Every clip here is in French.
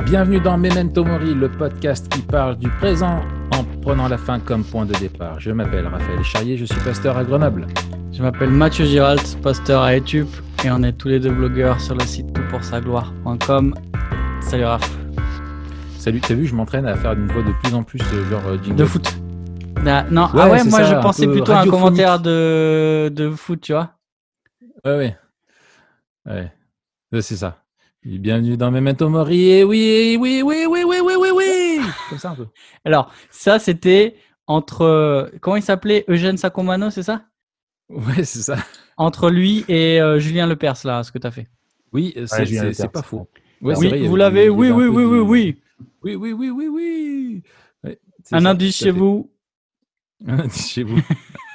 Bienvenue dans Memento Mori, le podcast qui parle du présent en prenant la fin comme point de départ. Je m'appelle Raphaël Charrier, je suis pasteur à Grenoble. Je m'appelle Mathieu Giralt, pasteur à YouTube, et on est tous les deux blogueurs sur le site toutpoursagloire.com. Salut Raph. Salut, t'as vu, je m'entraîne à faire une voix de plus en plus genre jingle. De foot. Non, ouais, moi ça, je pensais plutôt à un commentaire de foot, tu vois. Ouais. C'est ça. Et bienvenue dans Memento Mori, et oui. Comme ça un peu. Alors, ça c'était entre, comment il s'appelait, Eugène Sacomano, c'est ça? Ouais, c'est ça. Entre lui et Julien Lepers, là, ce que tu as fait. Oui, c'est pas faux. Ouais, oui, vrai, vous l'avez, oui. Oui. Ouais, un indice chez vous. Un indice chez vous.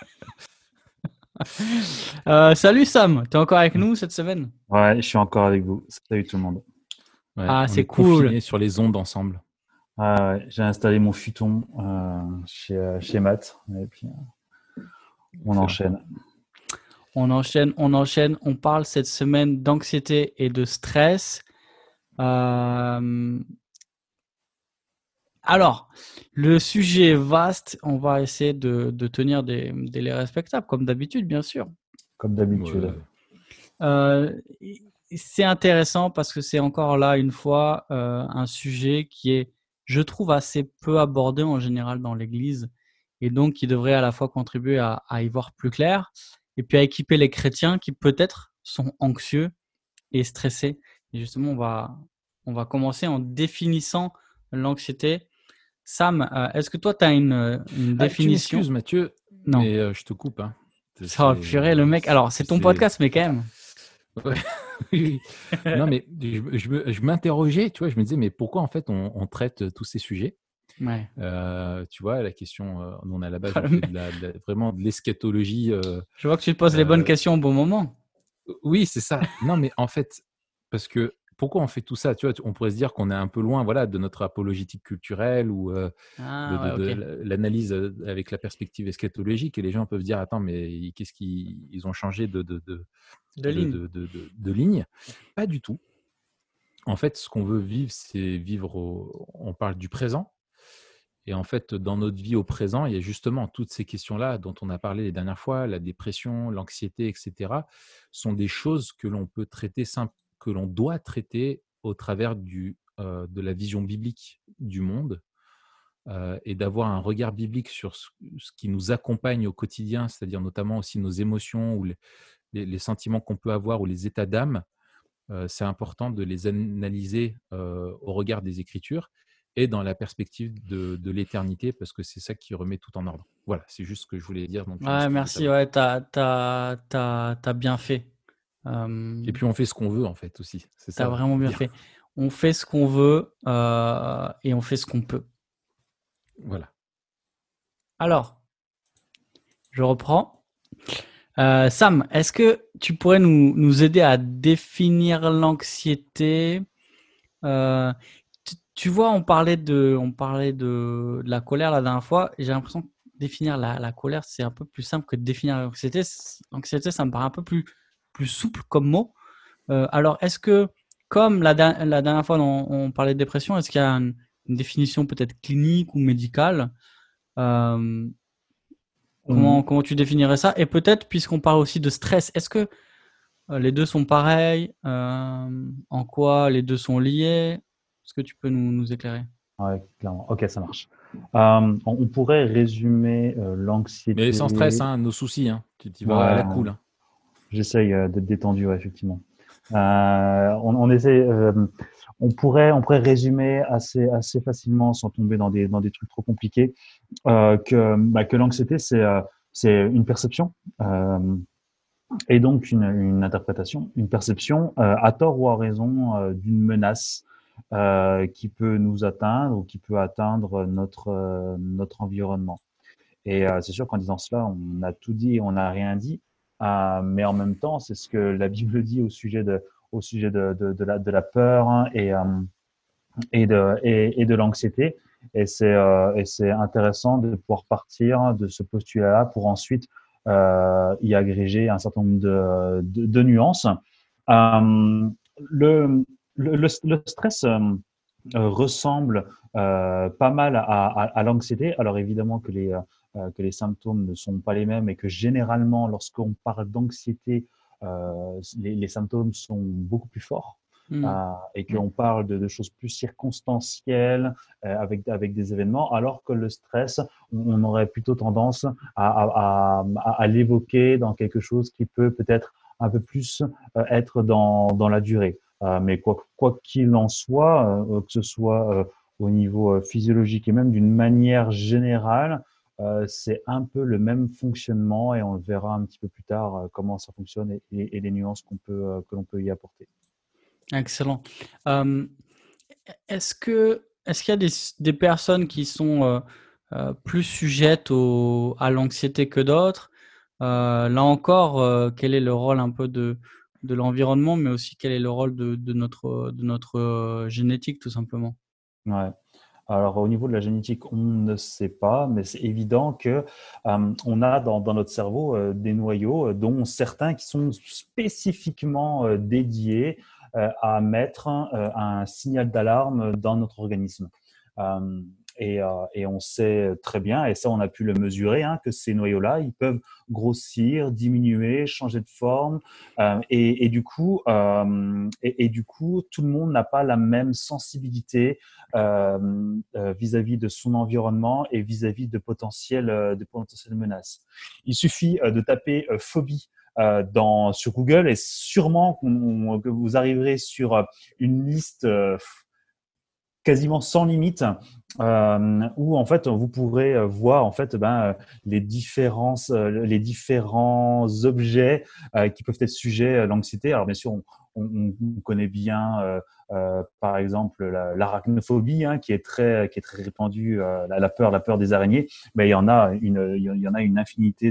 Salut Sam, t'es encore avec nous cette semaine? Ouais, je suis encore avec vous. Salut tout le monde. Ouais, c'est cool. Confinés sur les ondes ensemble. Ouais, j'ai installé mon futon chez Matt et puis on enchaîne. On enchaîne. On parle cette semaine d'anxiété et de stress. Alors, le sujet est vaste. On va essayer de tenir des délais respectables, comme d'habitude, bien sûr. Comme d'habitude. C'est intéressant parce que c'est encore là, une fois, un sujet qui est, je trouve, assez peu abordé en général dans l'Église et donc qui devrait à la fois contribuer à y voir plus clair et puis à équiper les chrétiens qui peut-être sont anxieux et stressés. Et justement, on va commencer en définissant l'anxiété. Sam, est-ce que toi, tu as une définition? Tu m'excuses, Mathieu, non. Mais je te coupe. Hein. Ça purée, le mec. Alors, c'est ton podcast, mais quand même. Ouais. Oui. Non, mais je m'interrogeais, tu vois, je me disais, mais pourquoi en fait on traite tous ces sujets? Ouais. Tu vois, la question, on a à la base vraiment de l'eschatologie. Je vois que tu te poses les bonnes questions au bon moment. Oui, c'est ça. Non, mais en fait, parce que pourquoi on fait tout ça? Tu vois, on pourrait se dire qu'on est un peu loin, voilà, de notre apologétique culturelle ou de l'analyse avec la perspective eschatologique. Et les gens peuvent dire, attends, mais qu'est-ce qu'ils ont changé de ligne? Pas du tout. En fait, ce qu'on veut vivre, c'est on parle du présent. Et en fait, dans notre vie au présent, il y a justement toutes ces questions-là dont on a parlé les dernières fois, la dépression, l'anxiété, etc., sont des choses que l'on peut traiter, que l'on doit traiter au travers de la vision biblique du monde et d'avoir un regard biblique sur ce qui nous accompagne au quotidien, c'est-à-dire notamment aussi nos émotions ou les sentiments qu'on peut avoir ou les états d'âme. C'est important de les analyser au regard des Écritures et dans la perspective de l'éternité, parce que c'est ça qui remet tout en ordre. Voilà, c'est juste ce que je voulais dire. Donc, merci, ouais, t'as bien fait. Et puis on fait ce qu'on veut en fait aussi. C'est ça. T'as vraiment bien fait. On fait ce qu'on veut et on fait ce qu'on peut. Voilà. Alors, je reprends. Sam, est-ce que tu pourrais nous aider à définir l'anxiété? Tu vois, on parlait de la colère la dernière fois. Et j'ai l'impression que définir la colère, c'est un peu plus simple que de définir l'anxiété. L'anxiété, ça me paraît un peu plus souple comme mot. Alors, est-ce que, comme la dernière fois on parlait de dépression, est-ce qu'il y a une définition peut-être clinique ou médicale? Comment tu définirais ça? Et peut-être, puisqu'on parle aussi de stress, est-ce que les deux sont pareils? En quoi les deux sont liés? Est-ce que tu peux nous éclairer? Ouais, clairement. Ok, ça marche. On pourrait résumer l'anxiété. Mais sans stress, hein, nos soucis. Hein. Tu vas à la cool. Hein. J'essaye d'être détendu, ouais, effectivement. On pourrait résumer assez facilement, sans tomber dans des trucs trop compliqués, que l'anxiété c'est une perception et donc une interprétation, une perception à tort ou à raison d'une menace qui peut nous atteindre ou qui peut atteindre notre environnement. Et c'est sûr qu'en disant cela, on a tout dit et on n'a rien dit. Mais en même temps, c'est ce que la Bible dit au sujet de la peur, hein, et de l'anxiété. Et c'est intéressant de pouvoir partir de ce postulat-là pour ensuite y agréger un certain nombre de nuances. Le stress, ressemble pas mal à l'anxiété. Alors évidemment que les symptômes ne sont pas les mêmes et que généralement, lorsqu'on parle d'anxiété, les symptômes sont beaucoup plus forts. Et qu'on parle de choses plus circonstancielles avec des événements, alors que le stress, on aurait plutôt tendance à l'évoquer dans quelque chose qui peut peut-être un peu plus être dans la durée. Mais quoi qu'il en soit, que ce soit au niveau physiologique et même d'une manière générale, c'est un peu le même fonctionnement et on le verra un petit peu plus tard comment ça fonctionne et les nuances que l'on peut y apporter. Excellent. Est-ce qu'il y a des personnes qui sont plus sujettes à l'anxiété que d'autres? Là encore, quel est le rôle un peu de l'environnement, mais aussi quel est le rôle de notre génétique, tout simplement? Ouais. Alors, au niveau de la génétique, on ne sait pas, mais c'est évident que on a dans notre cerveau des noyaux, dont certains qui sont spécifiquement dédiés à mettre un signal d'alarme dans notre organisme. Euh, et on sait très bien, et ça on a pu le mesurer, hein, que ces noyaux-là, ils peuvent grossir, diminuer, changer de forme, et du coup, tout le monde n'a pas la même sensibilité vis-à-vis de son environnement et vis-à-vis de potentielles menaces. Il suffit de taper phobie sur Google et sûrement que vous arriverez sur une liste quasiment sans limite, où en fait vous pourrez voir en fait les différents objets qui peuvent être sujets à l'anxiété. Alors bien sûr, on connaît bien par exemple l'arachnophobie, hein, qui est très répandue, la peur des araignées. Mais il y en a une infinité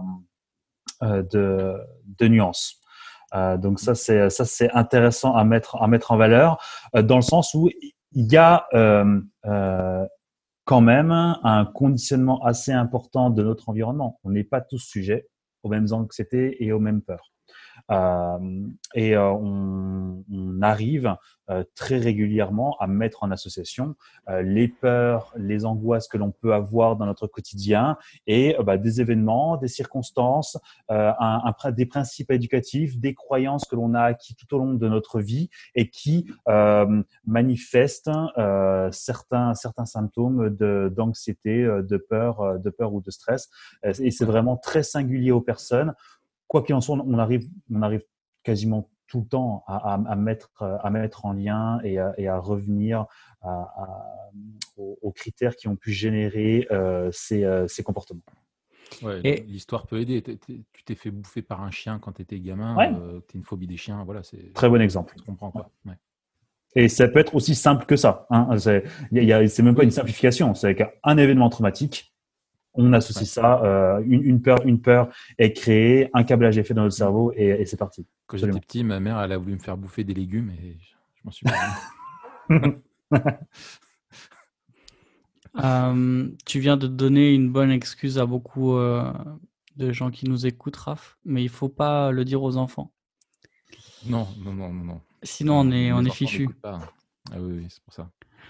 de nuances. Donc ça c'est intéressant à mettre en valeur dans le sens où il y a quand même un conditionnement assez important de notre environnement. On n'est pas tous sujets aux mêmes anxiétés et aux mêmes peurs. On arrive très régulièrement à mettre en association les peurs, les angoisses que l'on peut avoir dans notre quotidien et des événements, des circonstances, des principes éducatifs, des croyances que l'on a acquis tout au long de notre vie et qui manifestent certains symptômes d'anxiété, de peur ou de stress. Et c'est vraiment très singulier aux personnes. Quoi qu'il en soit, on arrive quasiment tout le temps à mettre en lien et à revenir aux critères qui ont pu générer ces comportements. Ouais, l'histoire peut aider. Tu t'es fait bouffer par un chien quand tu étais gamin, Ouais. tu as une phobie des chiens, voilà, c'est très bon exemple. Je comprends quoi. Ouais. Et ça peut être aussi simple que ça. Hein. C'est même pas une simplification. C'est qu'un événement traumatique, on associe ça, une peur est créée, un câblage est fait dans notre cerveau et c'est parti. Quand j'étais petit, ma mère, elle a voulu me faire bouffer des légumes et je m'en suis pas Tu viens de donner une bonne excuse à beaucoup de gens qui nous écoutent, Raph, mais il faut pas le dire aux enfants. Non. Sinon, on est fichu. Ah oui, c'est pour ça.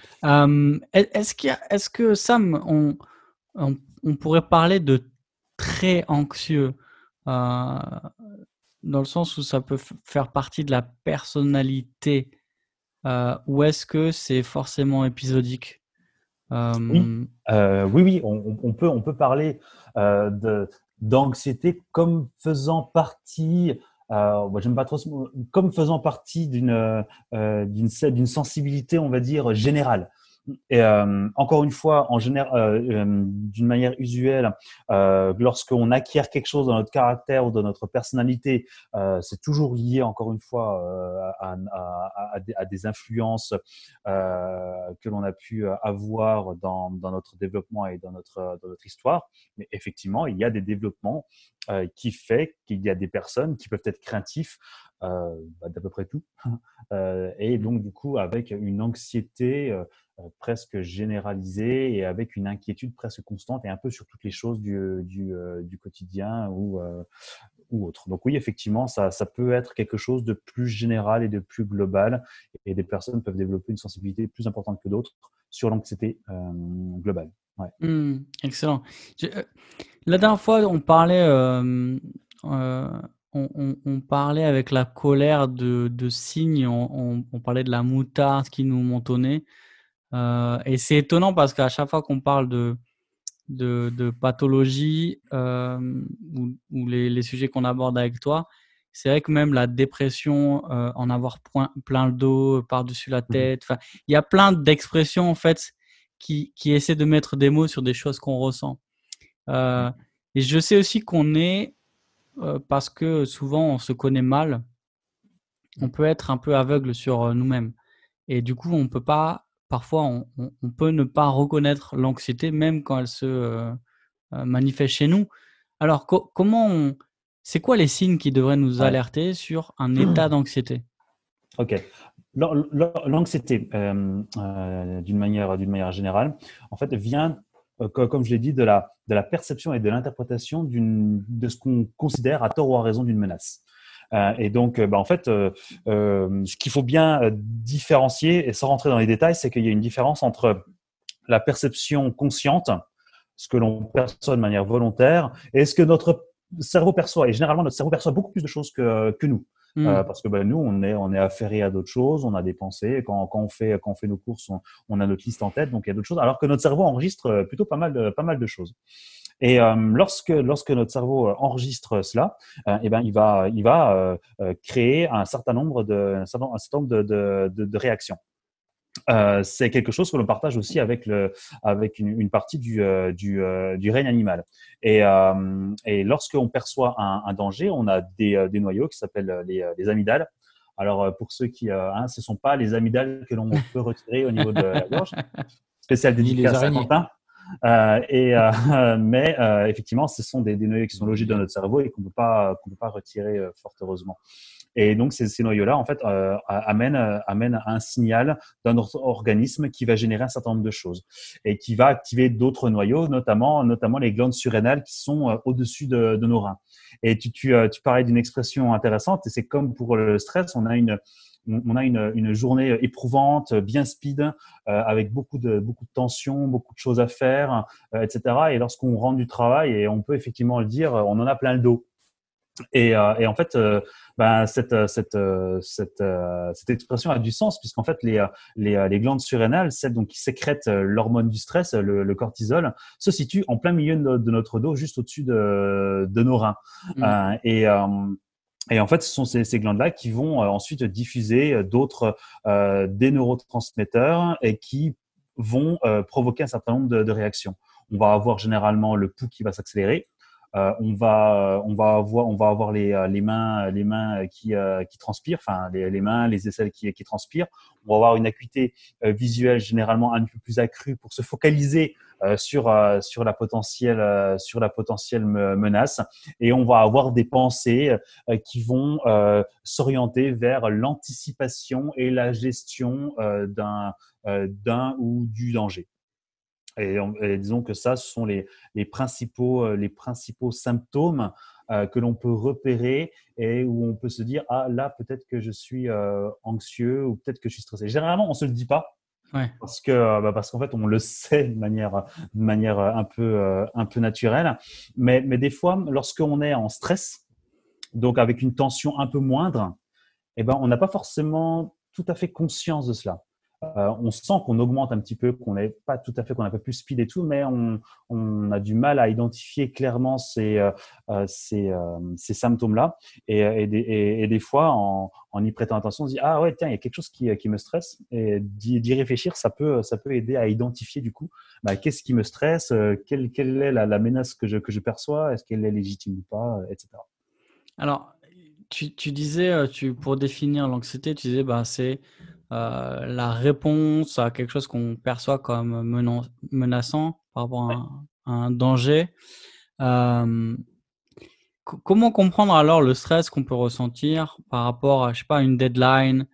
Est-ce que Sam, on pourrait parler de très anxieux dans le sens où ça peut faire partie de la personnalité ou est-ce que c'est forcément épisodique? Oui, on peut parler d'anxiété comme faisant partie, j'aime pas trop ce mot, comme faisant partie d'une sensibilité, on va dire, générale. Et encore une fois, d'une manière usuelle, lorsqu'on acquiert quelque chose dans notre caractère ou dans notre personnalité, c'est toujours lié, encore une fois, à des influences que l'on a pu avoir dans notre développement et dans notre histoire. Mais effectivement, il y a des développements qui fait qu'il y a des personnes qui peuvent être craintifs d'à peu près tout. Et donc, du coup, avec une anxiété presque généralisée et avec une inquiétude presque constante et un peu sur toutes les choses du quotidien ou autre. Donc oui, effectivement, ça peut être quelque chose de plus général et de plus global, et des personnes peuvent développer une sensibilité plus importante que d'autres sur l'anxiété globale. Ouais. Excellent. La dernière fois, on parlait, on parlait avec la colère de signes, on parlait de la moutarde qui nous montonnait. Et c'est étonnant parce qu'à chaque fois qu'on parle de pathologie ou les sujets qu'on aborde avec toi, c'est vrai que même la dépression, en avoir plein le dos, par-dessus la tête, enfin, il y a plein d'expressions en fait qui essaient de mettre des mots sur des choses qu'on ressent. Et je sais aussi qu'on est, parce que souvent on se connaît mal, on peut être un peu aveugle sur nous-mêmes. Et du coup, on peut pas, parfois, on peut ne pas reconnaître l'anxiété même quand elle se manifeste chez nous. Alors, c'est quoi les signes qui devraient nous Ouais. alerter sur un état d'anxiété? Ok. L'anxiété, d'une manière générale, en fait, vient, comme je l'ai dit, de la perception et de l'interprétation de ce qu'on considère à tort ou à raison d'une menace. Et donc, en fait, ce qu'il faut bien différencier, et sans rentrer dans les détails, c'est qu'il y a une différence entre la perception consciente, ce que l'on perçoit de manière volontaire, et ce que notre cerveau perçoit. Et généralement, notre cerveau perçoit beaucoup plus de choses que nous. Parce que nous, on est affairé à d'autres choses, on a des pensées. Quand on fait nos courses, on a notre liste en tête, donc il y a d'autres choses. Alors que notre cerveau enregistre plutôt pas mal de choses. Et lorsque notre cerveau enregistre cela, il va créer un certain nombre de réactions. C'est quelque chose que l'on partage aussi avec une partie du règne animal. Et lorsqu'on perçoit un danger, on a des noyaux qui s'appellent les amygdales. Alors, pour ceux qui, ce sont pas les amygdales que l'on peut retirer au niveau de la gorge. Spéciale Ni les dédicace à araignées. Quentin. Mais effectivement, ce sont des noyaux qui sont logés dans notre cerveau et qu'on peut pas retirer, fort heureusement. Et donc, ces noyaux-là, en fait, amènent un signal dans notre organisme qui va générer un certain nombre de choses et qui va activer d'autres noyaux, notamment les glandes surrénales qui sont au-dessus de nos reins. Et tu parlais d'une expression intéressante, et c'est comme pour le stress, on a une journée éprouvante, bien speed, avec beaucoup de tension, beaucoup de choses à faire, etc. Et lorsqu'on rentre du travail, et on peut effectivement le dire, on en a plein le dos. Et en fait, cette expression a du sens, puisqu'en fait les glandes surrénales, celles donc qui sécrètent l'hormone du stress, le cortisol, se situent en plein milieu de notre dos, juste au-dessus de nos reins. Et en fait, ce sont ces glandes-là qui vont ensuite diffuser des neurotransmetteurs, et qui vont provoquer un certain nombre de réactions. On va avoir généralement le pouls qui va s'accélérer. On va avoir les mains qui transpirent, enfin les mains, les aisselles qui transpirent. On va avoir une acuité visuelle généralement un peu plus accrue pour se focaliser sur la potentielle menace, et on va avoir des pensées qui vont s'orienter vers l'anticipation et la gestion d'un ou du danger. Et disons que ça, ce sont les principaux symptômes que l'on peut repérer, et où on peut se dire, ah là, peut-être que je suis anxieux, ou peut-être que je suis stressé. Généralement, on se le dit pas. Ouais. Parce qu'en fait, on le sait de manière un peu naturelle. Mais des fois, lorsqu'on est en stress, donc avec une tension un peu moindre, on n'a pas forcément tout à fait conscience de cela. On sent qu'on augmente un petit peu, qu'on n'a pas plus speed et tout, mais on a du mal à identifier clairement ces symptômes-là. Et des fois, en y prêtant attention, on se dit, ah ouais, tiens, il y a quelque chose qui me stresse. Et d'y réfléchir, ça peut aider à identifier du coup, qu'est-ce qui me stresse, quelle est la menace que je perçois, est-ce qu'elle est légitime ou pas, etc. Alors, tu disais, pour définir l'anxiété, tu disais, c'est la réponse à quelque chose qu'on perçoit comme menaçant par rapport à un danger. Comment comprendre alors le stress qu'on peut ressentir par rapport à, je sais pas, une deadline?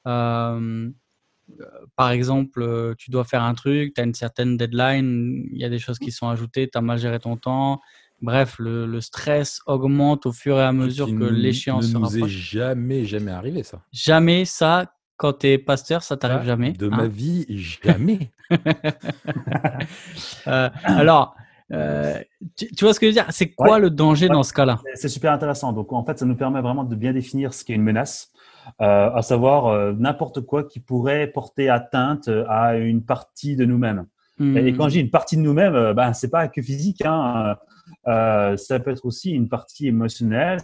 Par exemple, tu dois faire un truc, tu as une certaine deadline, il y a des choses qui sont ajoutées, tu as mal géré ton temps, bref, le stress augmente au fur et à Ce mesure qui que ne l'échéance se nous est rapproche. jamais arrivé, ça. Jamais ça, quand tu es pasteur, ça t'arrive Ça, jamais, de ma hein? vie, jamais. Alors, tu vois ce que je veux dire? C'est Ouais, quoi le danger ouais, dans ce cas-là? c'est super intéressant. Donc, en fait, ça nous permet vraiment de bien définir ce qu'est une menace, à savoir n'importe quoi qui pourrait porter atteinte à une partie de nous-mêmes. Et quand je dis Mmh. une partie de nous-mêmes, ben, c'est pas que physique, hein. Ça peut être aussi une partie émotionnelle,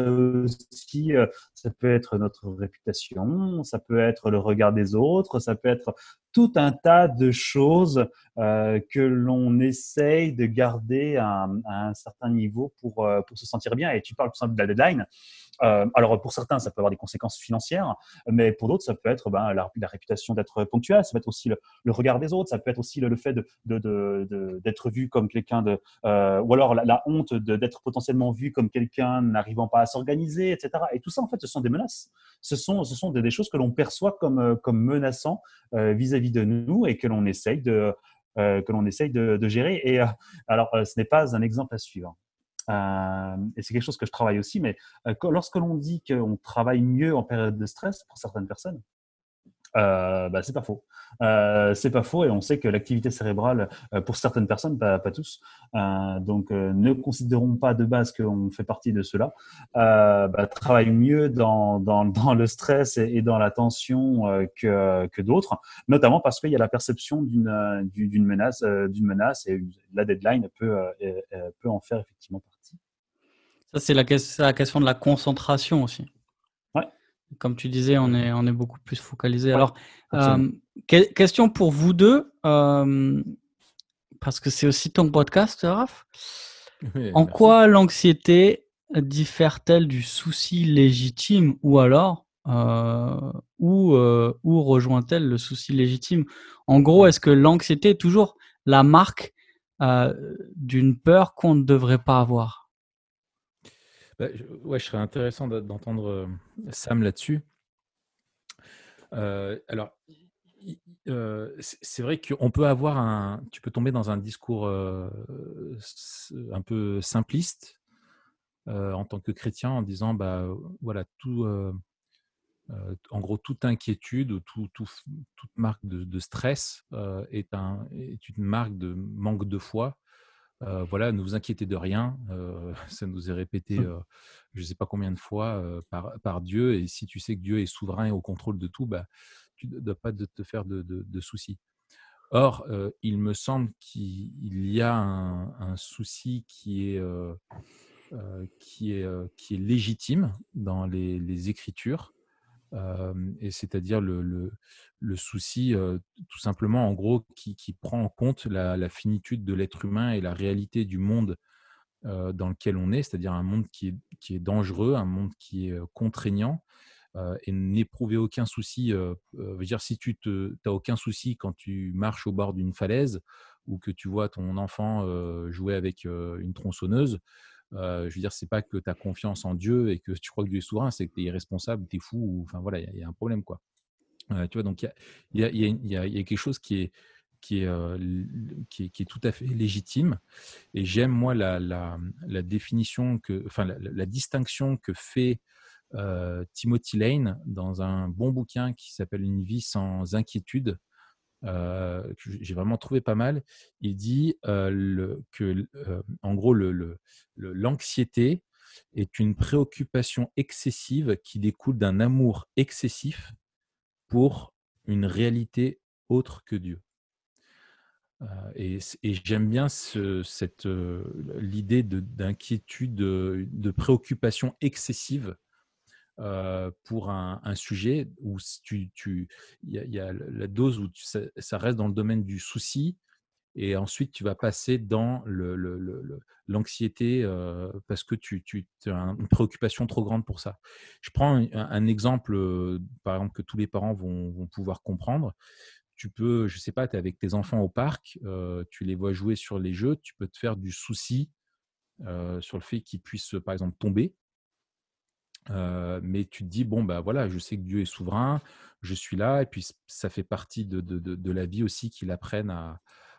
ça peut être notre réputation, ça peut être le regard des autres, ça peut être tout un tas de choses que l'on essaye de garder à un certain niveau pour se sentir bien. Et tu parles tout simplement de la deadline. Alors pour certains, ça peut avoir des conséquences financières, mais pour d'autres, ça peut être la réputation d'être ponctuel, ça peut être aussi le regard des autres, ça peut être aussi le fait d'être vu comme quelqu'un ou alors la honte d'être potentiellement vu comme quelqu'un n'arrivant pas à s'organiser, etc. Et tout ça, en fait, ce sont des menaces. Ce sont des choses que l'on perçoit comme menaçants vis-à-vis de nous et que l'on essaye de gérer. Et alors, ce n'est pas un exemple à suivre. Et c'est quelque chose que je travaille aussi, mais lorsque l'on dit qu'on travaille mieux en période de stress pour certaines personnes, c'est pas faux. C'est pas faux et on sait que l'activité cérébrale, pour certaines personnes, pas tous, donc ne considérons pas de base qu'on fait partie de cela, travaille mieux dans le stress et dans la tension que d'autres, notamment parce qu'il y a la perception d'une menace et la deadline peut en faire effectivement partie. Ça, c'est la question de la concentration aussi. Ouais, Comme tu disais, on est beaucoup plus focalisé. ouais, Alors, absolument. question pour vous deux, parce que c'est aussi ton podcast, Raph. Oui, En merci. quoi l'anxiété diffère-t-elle du souci légitime ou alors, où rejoint-elle le souci légitime? En gros, est-ce que l'anxiété est toujours la marque d'une peur qu'on ne devrait pas avoir? Ouais, je serais intéressant d'entendre Sam là-dessus. Alors, c'est vrai qu'on peut avoir tu peux tomber dans un discours un peu simpliste en tant que chrétien en disant, voilà, en gros, toute inquiétude ou toute marque de stress est une marque de manque de foi. Voilà, ne vous inquiétez de rien. Ça nous est répété, je ne sais pas combien de fois par Dieu. Et si tu sais que Dieu est souverain et au contrôle de tout, tu ne dois pas te faire de soucis. Or, il me semble qu'il y a un souci qui est légitime dans les Écritures. Et c'est-à-dire le souci, tout simplement, en gros, qui prend en compte la finitude de l'être humain et la réalité du monde dans lequel on est, c'est-à-dire un monde qui est dangereux, un monde qui est contraignant, et n'éprouver aucun souci. Je veux dire, si tu n'as aucun souci quand tu marches au bord d'une falaise ou que tu vois ton enfant jouer avec une tronçonneuse, je veux dire, c'est pas que tu as confiance en Dieu et que tu crois que Dieu est souverain, c'est que tu es irresponsable, tu es fou, enfin voilà, il y a un problème, quoi. Tu vois, donc il y a quelque chose qui est tout à fait légitime. Et j'aime, moi, la définition enfin, la distinction que fait Timothy Lane dans un bon bouquin qui s'appelle Une vie sans inquiétude, que j'ai vraiment trouvé pas mal. Il dit en gros, l'anxiété est une préoccupation excessive qui découle d'un amour excessif pour une réalité autre que Dieu. Et j'aime bien l'idée d'inquiétude, de préoccupation excessive pour un sujet où il y a la dose où ça reste dans le domaine du souci, et ensuite tu vas passer dans l'anxiété parce que tu as une préoccupation trop grande pour ça. Je prends un exemple, par exemple, que tous les parents vont pouvoir comprendre. Tu peux, je sais pas, tu es avec tes enfants au parc, tu les vois jouer sur les jeux, tu peux te faire du souci sur le fait qu'ils puissent, par exemple, tomber. Mais tu te dis, bon, voilà, je sais que Dieu est souverain, je suis là, et puis ça fait partie de la vie aussi qu'ils apprennent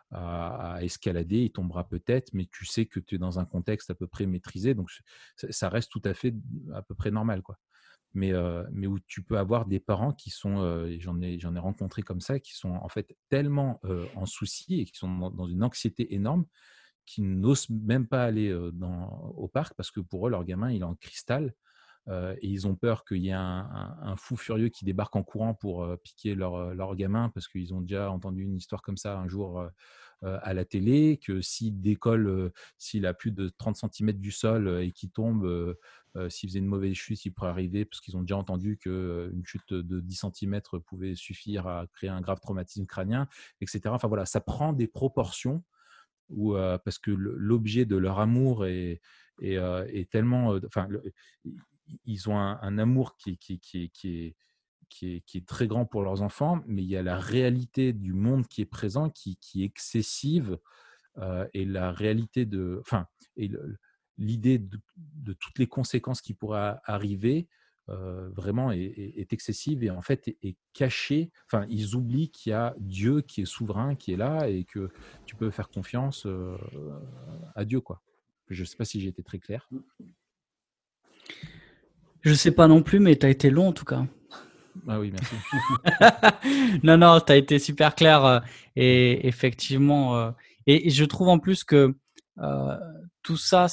à escalader, il tombera peut-être, mais tu sais que tu es dans un contexte à peu près maîtrisé, donc ça reste tout à fait à peu près normal, quoi. Mais où tu peux avoir des parents qui sont, et j'en ai rencontré comme ça, qui sont en fait tellement en souci et qui sont dans une anxiété énorme, qui n'osent même pas aller au parc parce que pour eux, leur gamin, il est en cristal. Et ils ont peur qu'il y ait un fou furieux qui débarque en courant pour piquer leur gamin parce qu'ils ont déjà entendu une histoire comme ça un jour à la télé, que s'il décolle, s'il a plus de 30 centimètres du sol et qu'il tombe, s'il faisait une mauvaise chute, il pourrait arriver, parce qu'ils ont déjà entendu qu'une chute de 10 centimètres pouvait suffire à créer un grave traumatisme crânien, etc. Enfin voilà, ça prend des proportions parce que l'objet de leur amour est tellement... Enfin, ils ont un amour qui est très grand pour leurs enfants, mais il y a la réalité du monde qui est présent, qui est excessive, et la réalité et l'idée de toutes les conséquences qui pourraient arriver, vraiment est excessive et en fait est cachée. Enfin, ils oublient qu'il y a Dieu qui est souverain, qui est là et que tu peux faire confiance à Dieu, quoi. Je ne sais pas si j'ai été très clair. Je sais pas non plus, mais tu as été long en tout cas. Ah oui, merci. Non, tu as été super clair et effectivement, et je trouve en plus que tout ça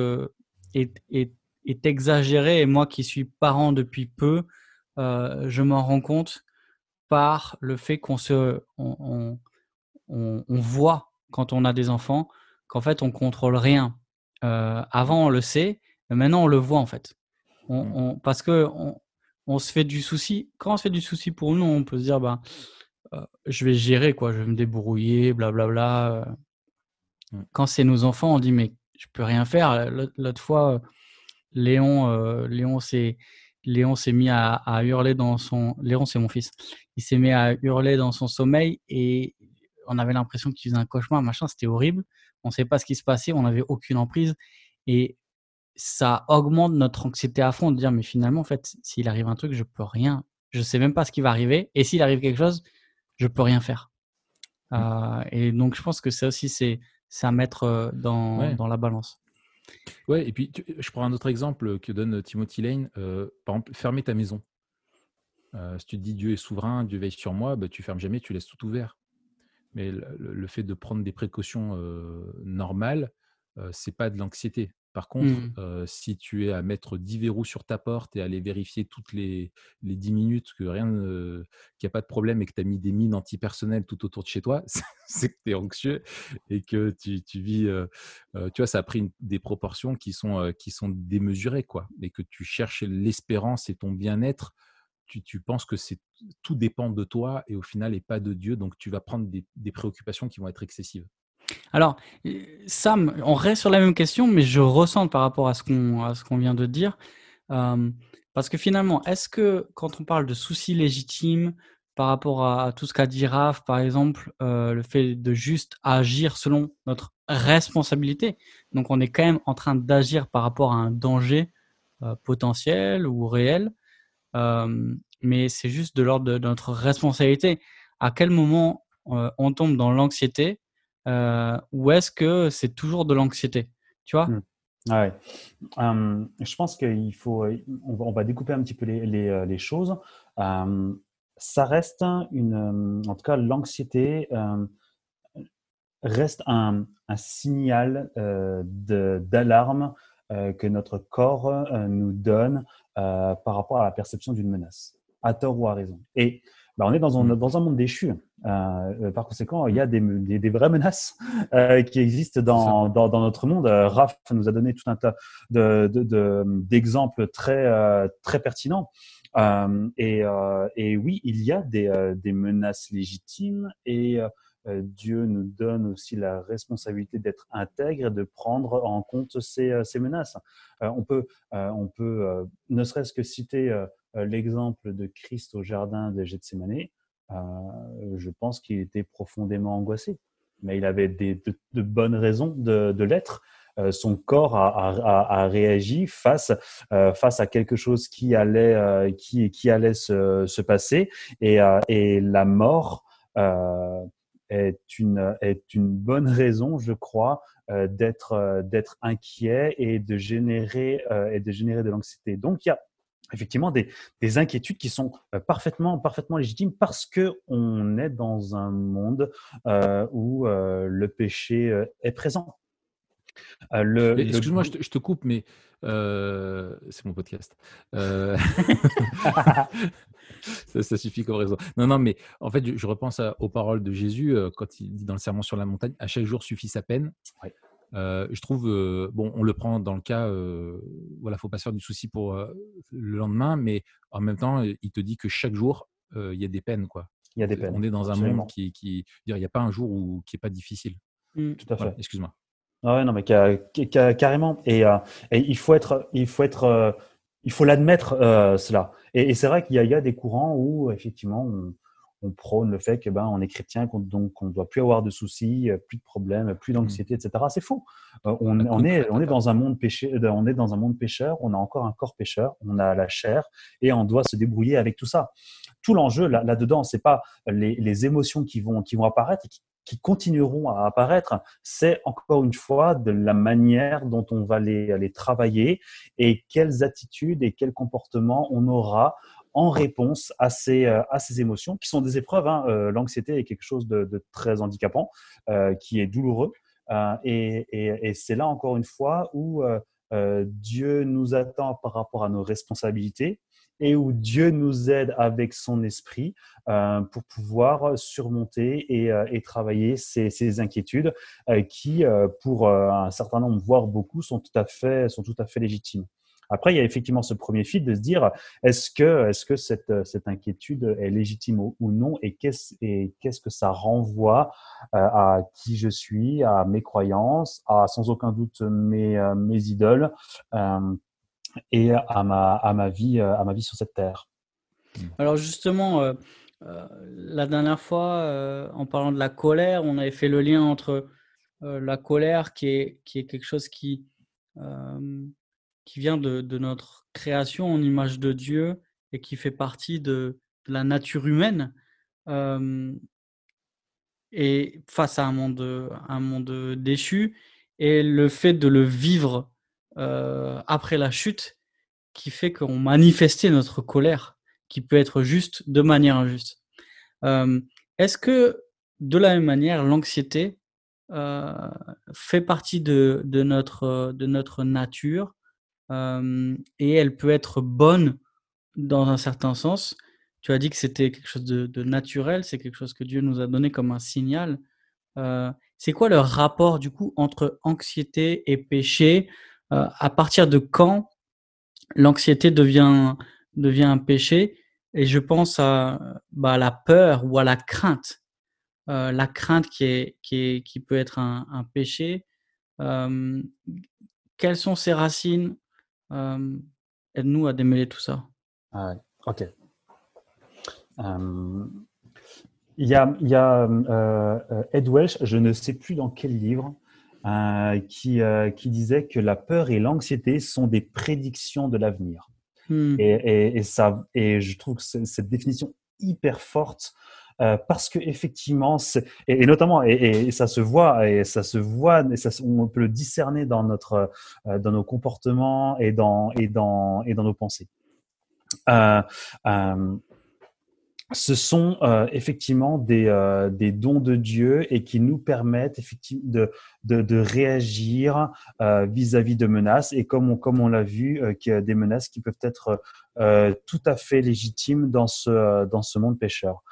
est exagéré et moi qui suis parent depuis peu, je m'en rends compte par le fait on voit quand on a des enfants qu'en fait on contrôle rien. Avant on le sait, mais maintenant on le voit en fait. Parce que on se fait du souci. Quand on se fait du souci pour nous, on peut se dire je vais gérer quoi, je vais me débrouiller, blablabla. Quand c'est nos enfants, on dit mais je peux rien faire. L'autre fois, Léon s'est mis à hurler dans son... Léon, c'est mon fils. Il s'est mis à hurler dans son sommeil et on avait l'impression qu'il faisait un cauchemar, machin. C'était horrible. On ne savait pas ce qui se passait. On n'avait aucune emprise. Et ça augmente notre anxiété à fond de dire mais finalement, en fait, s'il arrive un truc, je peux rien. Je sais même pas ce qui va arriver. Et s'il arrive quelque chose, je peux rien faire. Et donc, je pense que ça aussi, c'est à mettre dans la balance. Ouais, et puis je prends un autre exemple que donne Timothy Lane. Par exemple, fermer ta maison. Si tu te dis Dieu est souverain, Dieu veille sur moi, bah, tu fermes jamais, tu laisses tout ouvert. Mais le fait de prendre des précautions normales, c'est pas de l'anxiété. Par contre, si tu es à mettre 10 verrous sur ta porte et à aller vérifier toutes les 10 minutes qu'il n'y a pas de problème et que tu as mis des mines antipersonnelles tout autour de chez toi, c'est que tu es anxieux et que tu vis... tu vois, ça a pris des proportions qui sont démesurées, quoi. Et que tu cherches l'espérance et ton bien-être, tu penses que tout dépend de toi et au final et pas de Dieu, donc tu vas prendre des préoccupations qui vont être excessives. Alors, Sam, on reste sur la même question, mais je ressens par rapport à ce qu'on vient de dire, parce que finalement, est-ce que quand on parle de soucis légitimes par rapport à tout ce qu'a dit Raph, par exemple, le fait de juste agir selon notre responsabilité, donc on est quand même en train d'agir par rapport à un danger potentiel ou réel, mais c'est juste de l'ordre de notre responsabilité. À quel moment on tombe dans l'anxiété ou est-ce que c'est toujours de l'anxiété, tu vois? Ouais. Je pense qu'il faut, on va découper un petit peu les choses. Ça reste en tout cas, l'anxiété reste un signal d'alarme que notre corps nous donne par rapport à la perception d'une menace, à tort ou à raison. Et on est dans un monde déchu. Par conséquent, il y a des vraies menaces qui existent dans notre monde. Raph nous a donné tout un tas d'exemples très pertinents. Et oui, il y a des menaces légitimes et Dieu nous donne aussi la responsabilité d'être intègre et de prendre en compte ces menaces. On peut ne serait-ce que citer l'exemple de Christ au jardin de Gethsémani. Je pense qu'il était profondément angoissé, mais il avait de bonnes raisons de l'être. Son corps a réagi face à quelque chose qui allait se passer et la mort est une bonne raison, je crois, d'être inquiet et de générer de l'anxiété. Donc, il y a effectivement des inquiétudes qui sont parfaitement légitimes parce qu'on est dans un monde où le péché est présent. Excuse-moi, je te coupe, mais c'est mon podcast. Ça suffit comme raison. Non, mais en fait, je repense aux paroles de Jésus quand il dit dans le Sermon sur la montagne, à chaque jour suffit sa peine. Ouais. Je trouve, bon, on le prend dans le cas, voilà, faut pas se faire du souci pour le lendemain, mais en même temps, il te dit que chaque jour, il y a des peines, quoi. Il y a des peines. On est dans Absolument. un monde il n'y a pas un jour qui est pas difficile. Tout à fait. Voilà, excuse-moi. Ah ouais, non, mais carrément. Et il faut l'admettre cela. Et c'est vrai qu'il y a des courants où effectivement on prône le fait que on est chrétien, donc on ne doit plus avoir de soucis, plus de problèmes, plus d'anxiété, etc. C'est faux. On est dans un monde on est dans un monde pécheur. On a encore un corps pécheur. On a la chair et on doit se débrouiller avec tout ça. Tout l'enjeu là-dedans, c'est pas les émotions qui vont apparaître et qui continueront à apparaître, c'est encore une fois de la manière dont on va les travailler et quelles attitudes et quels comportements on aura en réponse à ces émotions qui sont des épreuves. L'anxiété est quelque chose de très handicapant, qui est douloureux. Et c'est là encore une fois où Dieu nous attend par rapport à nos responsabilités et où Dieu nous aide avec son esprit pour pouvoir surmonter et travailler ces inquiétudes qui, pour un certain nombre, voire beaucoup, sont tout à fait légitimes. Après, il y a effectivement ce premier fil de se dire est-ce que cette inquiétude est légitime ou non et qu'est-ce que ça renvoie à qui je suis, à mes croyances, à sans aucun doute mes idoles et à ma vie sur cette terre. Alors justement, la dernière fois, en parlant de la colère, on avait fait le lien entre la colère qui est quelque chose qui vient de notre création en image de Dieu et qui fait partie de la nature humaine. Et face à un monde déchu, et le fait de le vivre après la chute qui fait qu'on manifestait notre colère, qui peut être juste de manière injuste. Est-ce que, de la même manière, l'anxiété fait partie de notre nature et elle peut être bonne dans un certain sens? Tu as dit que c'était quelque chose de naturel, c'est quelque chose que Dieu nous a donné comme un signal. C'est quoi le rapport du coup entre anxiété et péché? À partir de quand l'anxiété devient un péché? Et je pense à la peur ou à la crainte. La crainte qui peut être un péché. Quelles sont ses racines? Aide-nous à démêler tout ça. Ah ouais, ok. Il y a Ed Welch, je ne sais plus dans quel livre, qui disait que la peur et l'anxiété sont des prédictions de l'avenir. Et je trouve que cette définition hyper forte parce que effectivement, et notamment, et ça se voit, on peut le discerner dans nos comportements et dans nos pensées. Ce sont effectivement des dons de Dieu et qui nous permettent effectivement de réagir vis-à-vis de menaces et comme on l'a vu, qu'il y a des menaces qui peuvent être tout à fait légitimes dans ce monde pécheur.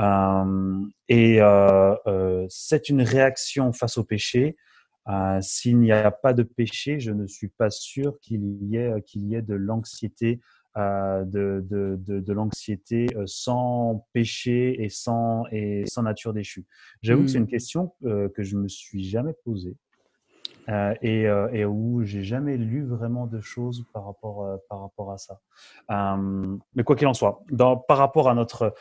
C'est une réaction face au péché. S'il n'y a pas de péché, je ne suis pas sûr qu'il y ait de l'anxiété. De l'anxiété sans péché et sans nature déchue. J'avoue que c'est une question que je me suis jamais posée et où j'ai jamais lu vraiment de choses par rapport à ça. Mais quoi qu'il en soit, par rapport à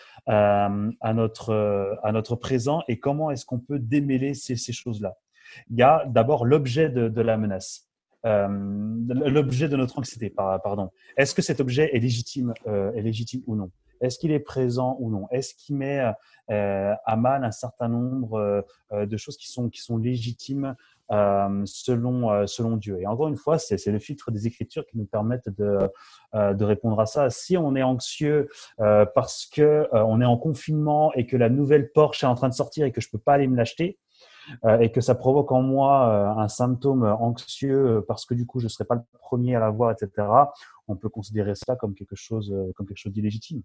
notre présent et comment est-ce qu'on peut démêler ces choses-là. Il y a d'abord l'objet de la menace. L'objet de notre anxiété, pardon. Est-ce que cet objet est légitime ou non? Est-ce qu'il est présent ou non? Est-ce qu'il met à mal un certain nombre de choses qui sont légitimes selon Dieu? Et encore une fois, c'est le filtre des Écritures qui nous permettent de répondre à ça. Si on est anxieux parce que on est en confinement et que la nouvelle Porsche est en train de sortir et que je peux pas aller me l'acheter, et que ça provoque en moi un symptôme anxieux parce que du coup je ne serai pas le premier à l'avoir, etc., on peut considérer ça comme quelque chose d'illégitime.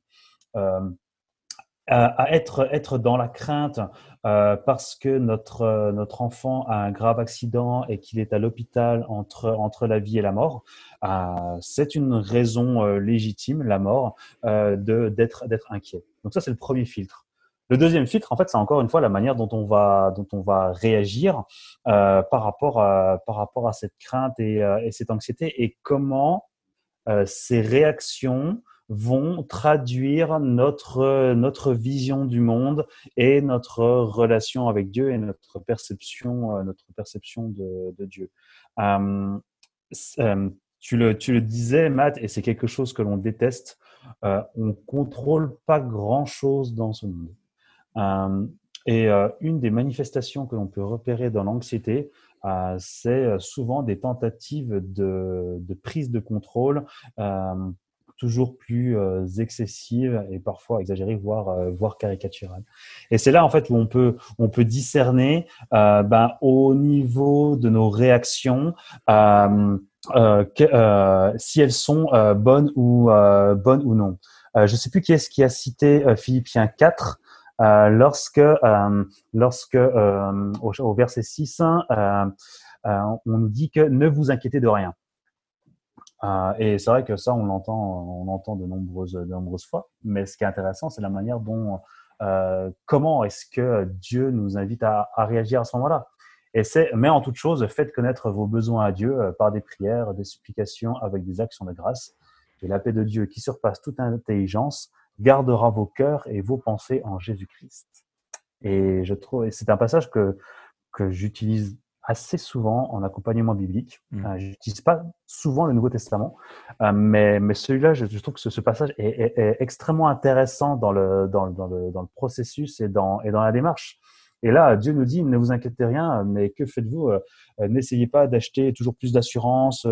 À être dans la crainte parce que notre enfant a un grave accident et qu'il est à l'hôpital entre la vie et la mort, c'est une raison légitime, la mort, d'être inquiet. Donc ça, c'est le premier filtre. Le deuxième filtre, en fait, c'est encore une fois la manière dont on va réagir par rapport à cette crainte et cette anxiété, et comment ces réactions vont traduire notre vision du monde et notre relation avec Dieu et notre perception de Dieu. Euh, tu le disais, Matt, et c'est quelque chose que l'on déteste. On contrôle pas grand-chose dans ce monde. Et une des manifestations que l'on peut repérer dans l'anxiété, c'est souvent des tentatives de prise de contrôle toujours plus excessives et parfois exagérées, voire caricaturales. Et c'est là en fait où on peut discerner au niveau de nos réactions si elles sont bonnes ou non. Je ne sais plus qui est-ce qui a cité Philippiens 4. Au verset 6, on nous dit que ne vous inquiétez de rien. Et c'est vrai que ça, on l'entend de nombreuses fois. Mais ce qui est intéressant, c'est la manière dont, comment est-ce que Dieu nous invite à réagir à ce moment-là. Mais en toute chose, faites connaître vos besoins à Dieu par des prières, des supplications, avec des actions de grâce. Et la paix de Dieu, qui surpasse toute intelligence, gardera vos cœurs et vos pensées en Jésus-Christ. Et je trouve, et c'est un passage que j'utilise assez souvent en accompagnement biblique. Je n'utilise pas souvent le Nouveau Testament, mais celui-là, je trouve que ce passage est extrêmement intéressant dans le processus et dans la démarche. Et là, Dieu nous dit, ne vous inquiétez rien, mais que faites-vous? N'essayez pas d'acheter toujours plus d'assurance,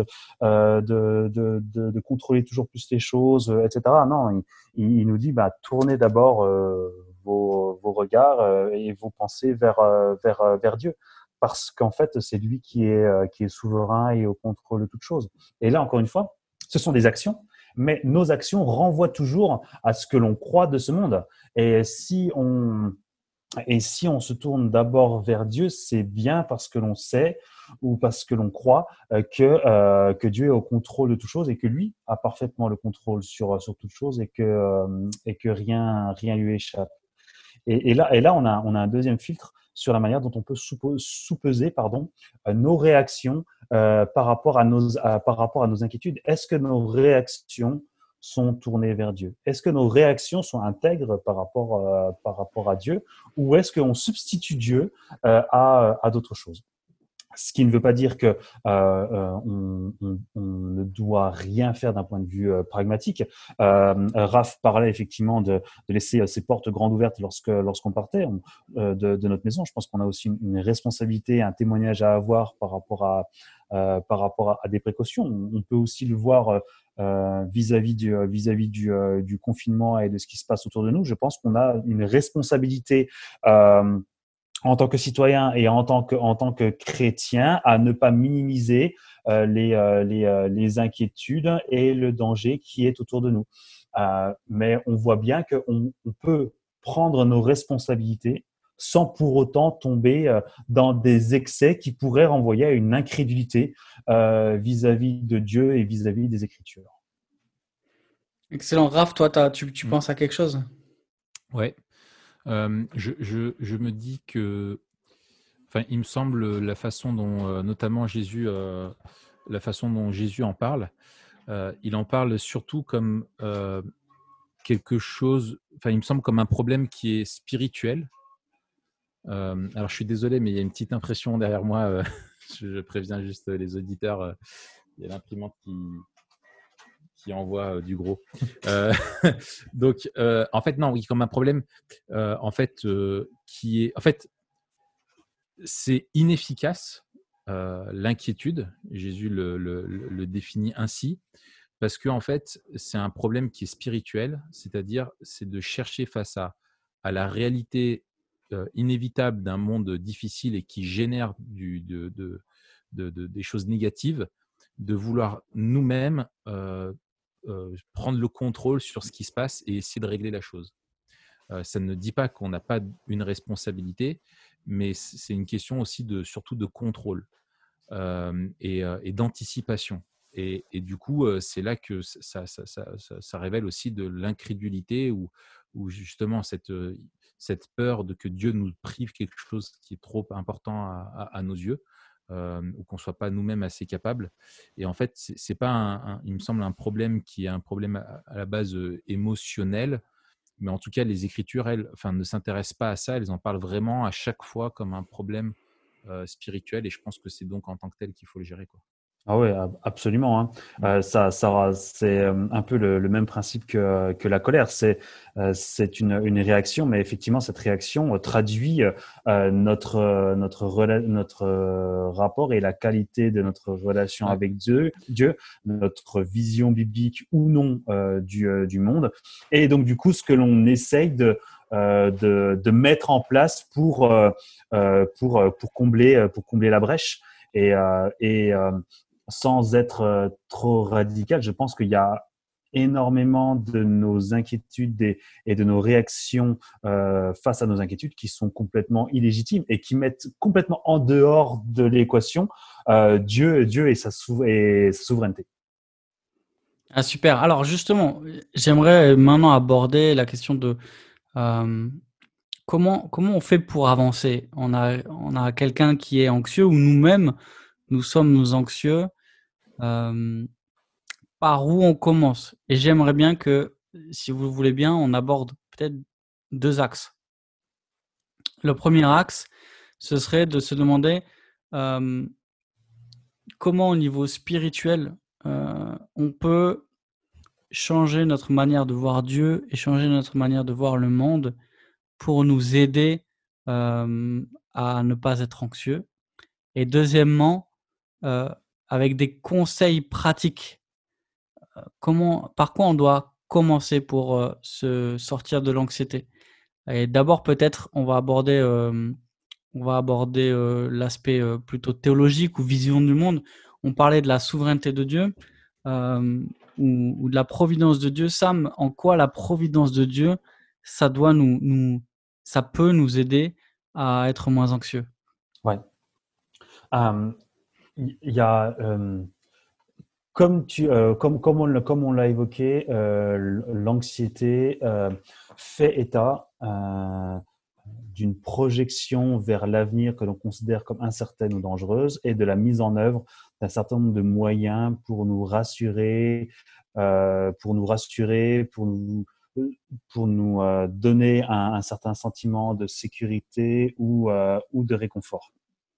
de contrôler toujours plus les choses, etc. Non, il nous dit, tournez d'abord vos regards et vos pensées vers Dieu, parce qu'en fait, c'est lui qui est souverain et au contrôle de toute chose. Et là, encore une fois, ce sont des actions, mais nos actions renvoient toujours à ce que l'on croit de ce monde. Et si on se tourne d'abord vers Dieu, c'est bien parce que l'on sait ou parce que l'on croit que Dieu est au contrôle de toute chose et que lui a parfaitement le contrôle sur toute chose et que rien lui échappe. Et là, on a un deuxième filtre sur la manière dont on peut sous-peser nos réactions par rapport à nos inquiétudes. Est-ce que nos réactions sont tournées vers Dieu? Est-ce que nos réactions sont intègres par rapport à Dieu, ou est-ce qu'on substitue Dieu à d'autres choses? Ce qui ne veut pas dire que on ne doit rien faire d'un point de vue pragmatique. Raph parlait effectivement de laisser ses portes grandes ouvertes lorsqu'on partait de notre maison. Je pense qu'on a aussi une responsabilité, un témoignage à avoir par rapport à des précautions. On peut aussi le voir vis-à-vis du confinement et de ce qui se passe autour de nous. Je pense qu'on a une responsabilité en tant que citoyen et en tant que chrétien, à ne pas minimiser les inquiétudes et le danger qui est autour de nous. Mais on voit bien qu'on peut prendre nos responsabilités sans pour autant tomber dans des excès qui pourraient renvoyer à une incrédulité vis-à-vis de Dieu et vis-à-vis des Écritures. Excellent. Raph, toi, tu penses à quelque chose? Ouais. Je me dis que, il me semble la façon dont, notamment Jésus, la façon dont Jésus en parle, il en parle surtout comme quelque chose, il me semble comme un problème qui est spirituel. Alors, je suis désolé, mais il y a une petite impression derrière moi. Je préviens juste les auditeurs. Il y a l'imprimante qui envoie du gros. Donc, en fait, non, oui, comme un problème, en fait, qui est, en fait, c'est inefficace. L'inquiétude, Jésus le définit ainsi, parce que en fait, c'est un problème qui est spirituel, c'est-à-dire c'est de chercher face à la réalité inévitable d'un monde difficile et qui génère des choses négatives, de vouloir nous-mêmes prendre le contrôle sur ce qui se passe et essayer de régler la chose. Ça ne dit pas qu'on n'a pas une responsabilité, mais c'est une question aussi surtout de contrôle et d'anticipation. Et du coup, c'est là que ça révèle aussi de l'incrédulité ou justement cette peur de que Dieu nous prive quelque chose qui est trop important à nos yeux, ou qu'on ne soit pas nous-mêmes assez capables. Et en fait, c'est pas il me semble, un problème qui est un problème à la base émotionnel, mais en tout cas, les Écritures, elles, ne s'intéressent pas à ça. Elles en parlent vraiment à chaque fois comme un problème spirituel. Et je pense que c'est donc en tant que tel qu'il faut le gérer, quoi. Ah oui, absolument, hein. C'est un peu le même principe que la colère. C'est une réaction, mais effectivement, cette réaction traduit notre rapport et la qualité de notre relation Ouais. avec Dieu, notre vision biblique ou non du monde. Et donc, du coup, ce que l'on essaye de mettre en place pour combler la brèche. Et sans être trop radical, je pense qu'il y a énormément de nos inquiétudes et de nos réactions face à nos inquiétudes qui sont complètement illégitimes et qui mettent complètement en dehors de l'équation Dieu et sa souveraineté. Ah, super. Alors justement, j'aimerais maintenant aborder la question de comment on fait pour avancer. On a quelqu'un qui est anxieux ou nous-mêmes, nous sommes anxieux. Par où on commence? Et j'aimerais bien que, si vous le voulez bien, on aborde peut-être 2 axes. Le premier axe, ce serait de se demander, comment au niveau spirituel, on peut changer notre manière de voir Dieu et changer notre manière de voir le monde pour nous aider, à ne pas être anxieux. Et deuxièmement, heu, avec des conseils pratiques. Par quoi on doit commencer pour, se sortir de l'anxiété? Et d'abord peut-être on va aborder, l'aspect, plutôt théologique ou vision du monde. On parlait de la souveraineté de Dieu, ou de la providence de Dieu. Sam, en quoi la providence de Dieu, ça doit ça peut nous aider à être moins anxieux? Ouais. Il y a comme on l'a évoqué, l'anxiété fait état d'une projection vers l'avenir que l'on considère comme incertaine ou dangereuse et de la mise en œuvre d'un certain nombre de moyens pour nous rassurer, pour nous donner un certain sentiment de sécurité ou de réconfort.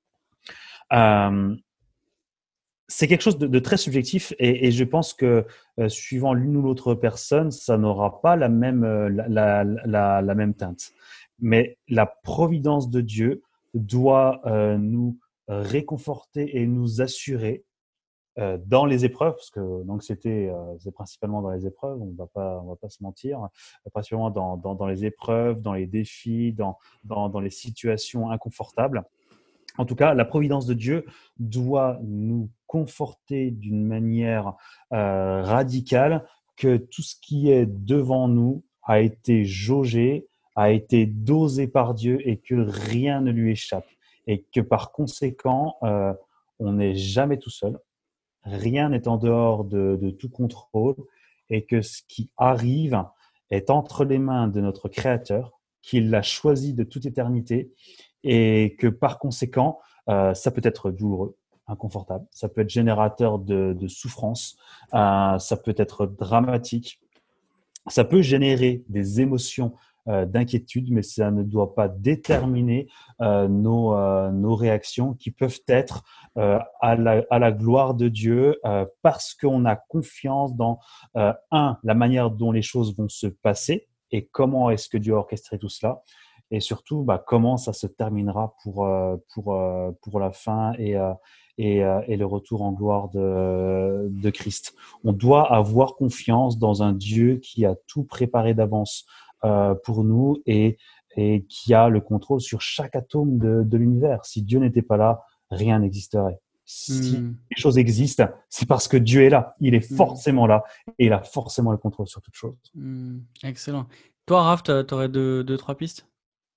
C'est quelque chose de très subjectif et je pense que suivant l'une ou l'autre personne, ça n'aura pas la même, la même teinte. Mais la providence de Dieu doit nous réconforter et nous assurer dans les épreuves, parce que l'anxiété, c'est principalement dans les épreuves, on va pas se mentir, principalement dans les épreuves, dans les défis, dans les situations inconfortables. En tout cas, la providence de Dieu doit nous conforter d'une manière radicale que tout ce qui est devant nous a été jaugé, a été dosé par Dieu et que rien ne lui échappe. Et que par conséquent, on n'est jamais tout seul, rien n'est en dehors de tout contrôle et que ce qui arrive est entre les mains de notre Créateur, qu'il l'a choisi de toute éternité et que par conséquent, ça peut être douloureux, inconfortable, ça peut être générateur de souffrance, ça peut être dramatique, ça peut générer des émotions d'inquiétude, mais ça ne doit pas déterminer nos réactions qui peuvent être à la gloire de Dieu parce qu'on a confiance dans, la manière dont les choses vont se passer et comment est-ce que Dieu a orchestré tout cela. Et surtout, comment ça se terminera pour la fin et le retour en gloire de Christ. On doit avoir confiance dans un Dieu qui a tout préparé d'avance pour nous et qui a le contrôle sur chaque atome de l'univers. Si Dieu n'était pas là, rien n'existerait. Si les choses existent, c'est parce que Dieu est là. Il est forcément là et il a forcément le contrôle sur toute chose. Excellent. Toi, Raph, tu aurais deux, trois pistes?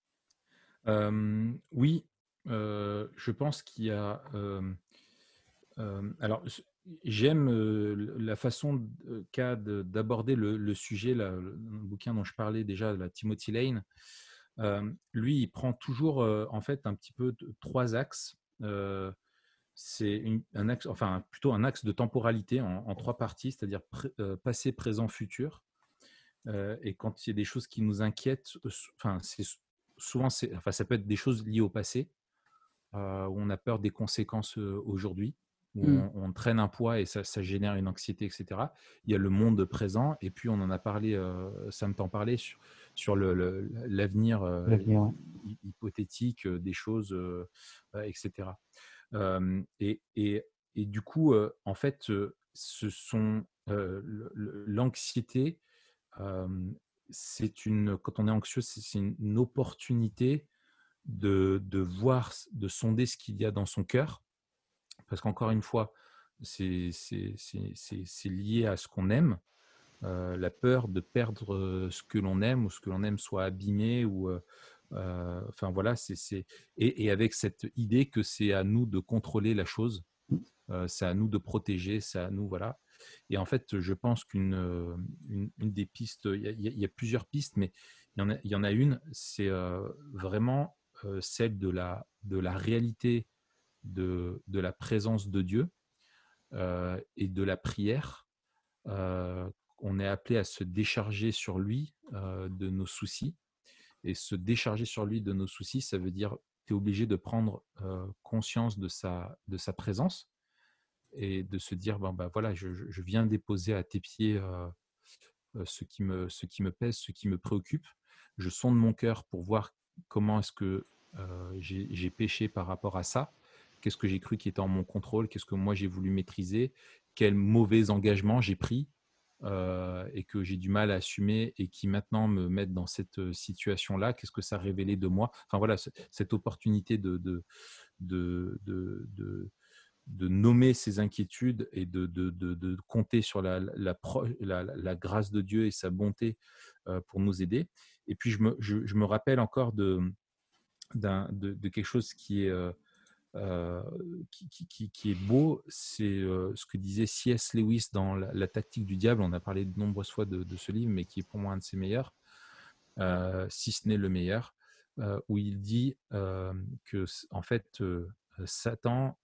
Oui, je pense qu'il y a... alors, j'aime la façon qu'a d'aborder le sujet, le bouquin dont je parlais déjà, la Timothy Lane. Lui, il prend toujours en fait un petit peu trois axes. C'est un axe, enfin plutôt un axe de temporalité en trois parties, c'est-à-dire passé, présent, futur. Et quand il y a des choses qui nous inquiètent, enfin souvent ça peut être des choses liées au passé, où on a peur des conséquences aujourd'hui, où on traîne un poids et ça génère une anxiété, etc. Il y a le monde présent, et puis on en a parlé, Sam t'en parlait, sur l'avenir hypothétique des choses, etc. Et du coup, en fait, ce sont l'anxiété, quand on est anxieux, c'est une opportunité de voir, de sonder ce qu'il y a dans son cœur, parce qu'encore une fois, c'est lié à ce qu'on aime, la peur de perdre ce que l'on aime, ou ce que l'on aime soit abîmé, ou enfin voilà, et avec cette idée que c'est à nous de contrôler la chose, c'est à nous de protéger, c'est à nous, voilà. Et en fait, je pense qu'une des pistes, il y a plusieurs pistes, mais il y en a une, c'est vraiment celle de la réalité de la présence de Dieu et de la prière. On est appelé à se décharger sur lui de nos soucis. Et se décharger sur lui de nos soucis, ça veut dire tu es obligé de prendre conscience de sa présence et de se dire voilà, je viens déposer à tes pieds ce qui me pèse, ce qui me préoccupe. Je sonde mon cœur pour voir comment est-ce que j'ai péché par rapport à ça. Qu'est-ce que j'ai cru qui était en mon contrôle? Qu'est-ce que moi j'ai voulu maîtriser? Quel mauvais engagement j'ai pris et que j'ai du mal à assumer et qui maintenant me mettent dans cette situation-là? Qu'est-ce que ça a révélé de moi? Enfin voilà, cette opportunité de nommer ses inquiétudes et de compter sur la grâce de Dieu et sa bonté pour nous aider. Et puis, je me rappelle encore de quelque chose qui est, qui est beau, c'est ce que disait C.S. Lewis dans la tactique du diable. On a parlé de nombreuses fois de ce livre, mais qui est pour moi un de ses meilleurs, si ce n'est le meilleur, où il dit que, en fait, Satan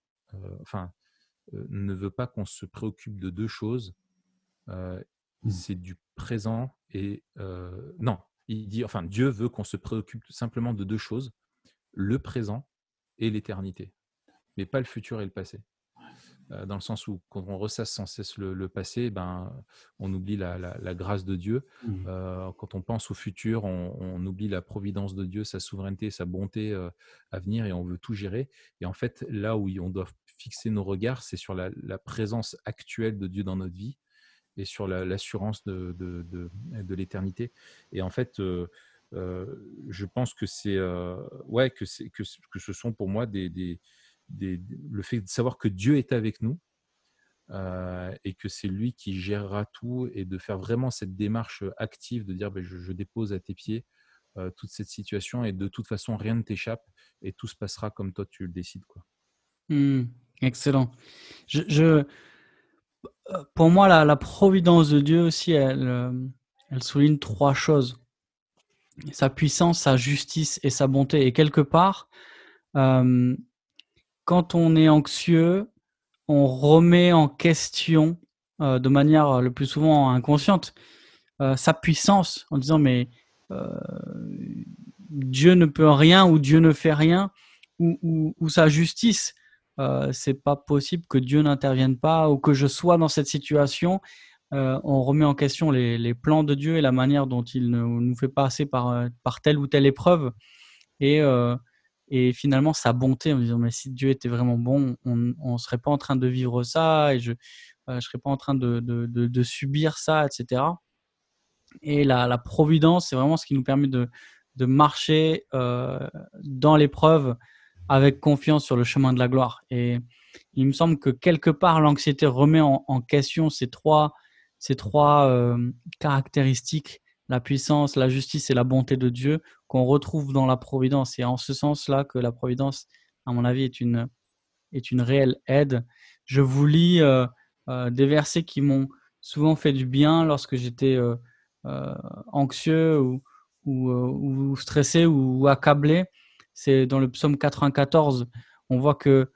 ne veut pas qu'on se préoccupe de deux choses. C'est du présent et non, il dit, enfin, Dieu veut qu'on se préoccupe simplement de deux choses, le présent et l'éternité, mais pas le futur et le passé. Dans le sens où quand on ressasse sans cesse le passé, on oublie la grâce de Dieu. Quand on pense au futur, on oublie la providence de Dieu, sa souveraineté, sa bonté à venir, et on veut tout gérer. Et en fait, là où on doit fixer nos regards, c'est sur la présence actuelle de Dieu dans notre vie et sur l'assurance de l'éternité. Et en fait, je pense que c'est que ce sont pour moi le fait de savoir que Dieu est avec nous et que c'est lui qui gérera tout, et de faire vraiment cette démarche active de dire je dépose à tes pieds toute cette situation, et de toute façon rien ne t'échappe et tout se passera comme toi tu le décides, quoi. Excellent. Pour moi, la providence de Dieu aussi, elle souligne trois choses: sa puissance, sa justice et sa bonté. Et quelque part, quand on est anxieux, on remet en question de manière le plus souvent inconsciente sa puissance, en disant mais Dieu ne peut rien ou Dieu ne fait rien ou sa justice. C'est pas possible que Dieu n'intervienne pas ou que je sois dans cette situation. On remet en question les plans de Dieu et la manière dont il nous fait passer par telle ou telle épreuve et finalement sa bonté en disant mais si Dieu était vraiment bon, on serait pas en train de vivre ça et je serais pas en train de subir ça, etc. Et la providence, c'est vraiment ce qui nous permet de marcher dans l'épreuve avec confiance sur le chemin de la gloire. Et il me semble que quelque part, l'anxiété remet en question ces trois caractéristiques, la puissance, la justice et la bonté de Dieu qu'on retrouve dans la providence. Et en ce sens-là que la providence, à mon avis, est une réelle aide. Je vous lis des versets qui m'ont souvent fait du bien lorsque j'étais anxieux ou stressé ou accablé. C'est dans le psaume 94. On voit que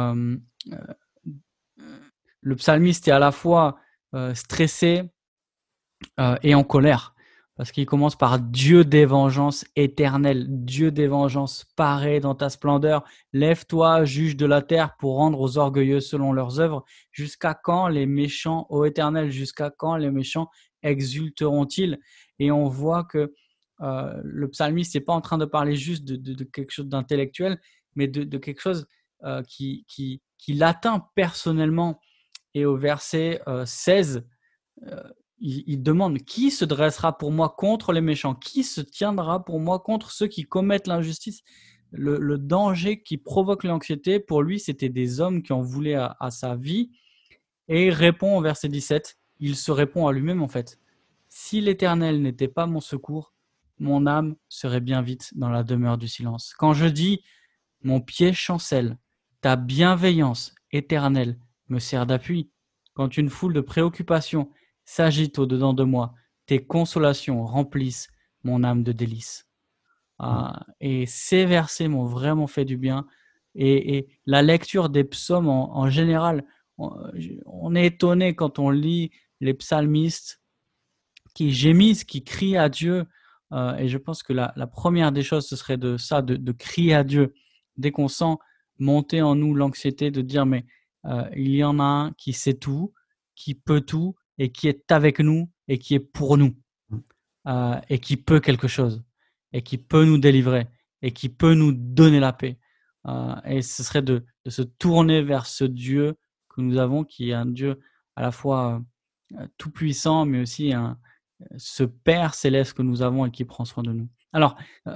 le psalmiste est à la fois stressé et en colère. Parce qu'il commence par Dieu des vengeances éternelles, Dieu des vengeances parées dans ta splendeur. Lève-toi, juge de la terre, pour rendre aux orgueilleux selon leurs œuvres. Jusqu'à quand les méchants, ô Éternel, jusqu'à quand les méchants exulteront-ils? Et on voit que le psalmiste n'est pas en train de parler juste de quelque chose d'intellectuel, mais de quelque chose qui l'atteint personnellement. Et au verset 16, il demande qui se dressera pour moi contre les méchants, qui se tiendra pour moi contre ceux qui commettent l'injustice. Le danger qui provoque l'anxiété, pour lui, c'était des hommes qui en voulaient à sa vie. Et il répond au verset 17, il se répond à lui-même en fait. Si l'Éternel n'était pas mon secours, mon âme serait bien vite dans la demeure du silence. Quand je dis mon pied chancelle, ta bienveillance éternelle me sert d'appui. Quand une foule de préoccupations s'agite au-dedans de moi, tes consolations remplissent mon âme de délices. Et ces versets m'ont vraiment fait du bien. Et la lecture des psaumes en général, on est étonné quand on lit les psalmistes qui gémissent, qui crient à Dieu. Et je pense que la première des choses, ce serait de crier à Dieu. Dès qu'on sent monter en nous l'anxiété, de dire mais il y en a un qui sait tout, qui peut tout, et qui est avec nous, et qui est pour nous, et qui peut quelque chose, et qui peut nous délivrer, et qui peut nous donner la paix. Et ce serait de se tourner vers ce Dieu que nous avons, qui est un Dieu à la fois tout-puissant, mais aussi ce Père céleste que nous avons et qui prend soin de nous. Alors,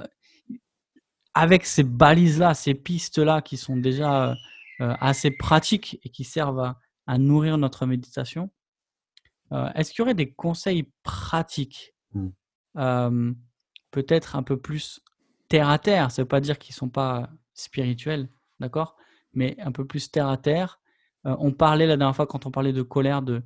avec ces balises-là, ces pistes-là qui sont déjà assez pratiques et qui servent à nourrir notre méditation, est-ce qu'il y aurait des conseils pratiques, peut-être un peu plus terre à terre? Ça ne veut pas dire qu'ils ne sont pas spirituels, d'accord? Mais un peu plus terre à terre. On parlait la dernière fois, quand on parlait de colère, de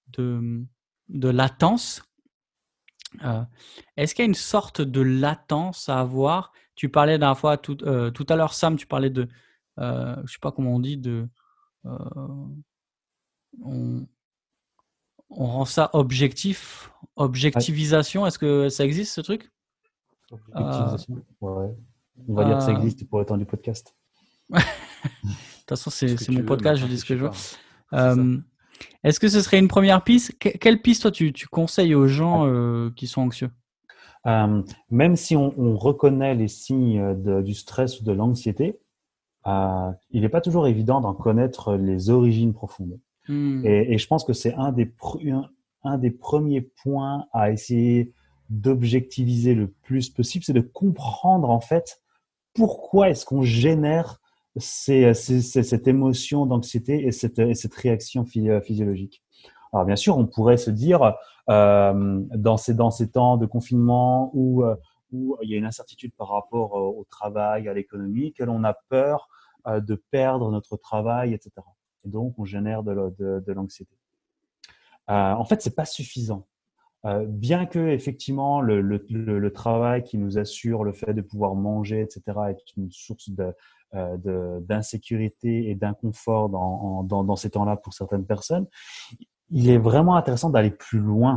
latence. Est-ce qu'il y a une sorte de latence à avoir? Tu parlais la dernière fois, tout à l'heure, Sam, tu parlais de, je ne sais pas comment on dit, on rend ça objectif, objectivisation. Est-ce que ça existe, ce truc? Objectivisation, ouais. On va dire que ça existe pour le temps du podcast. De toute façon, c'est mon podcast, je dis ce que je veux. Est-ce que ce serait une première piste? Quelle piste, toi, tu conseilles aux gens qui sont anxieux? Même si on reconnaît les signes du stress ou de l'anxiété, il n'est pas toujours évident d'en connaître les origines profondes. Et je pense que c'est un des premiers points à essayer d'objectiviser le plus possible, c'est de comprendre en fait pourquoi est-ce qu'on génère cette émotion d'anxiété et cette réaction physiologique. Alors bien sûr, on pourrait se dire dans ces temps de confinement où il y a une incertitude par rapport au travail, à l'économie, que l'on a peur de perdre notre travail, etc. Et donc, on génère de l'anxiété. En fait, c'est pas suffisant. Bien que effectivement le travail qui nous assure le fait de pouvoir manger, etc., est une source d'insécurité et d'inconfort dans ces temps-là pour certaines personnes, il est vraiment intéressant d'aller plus loin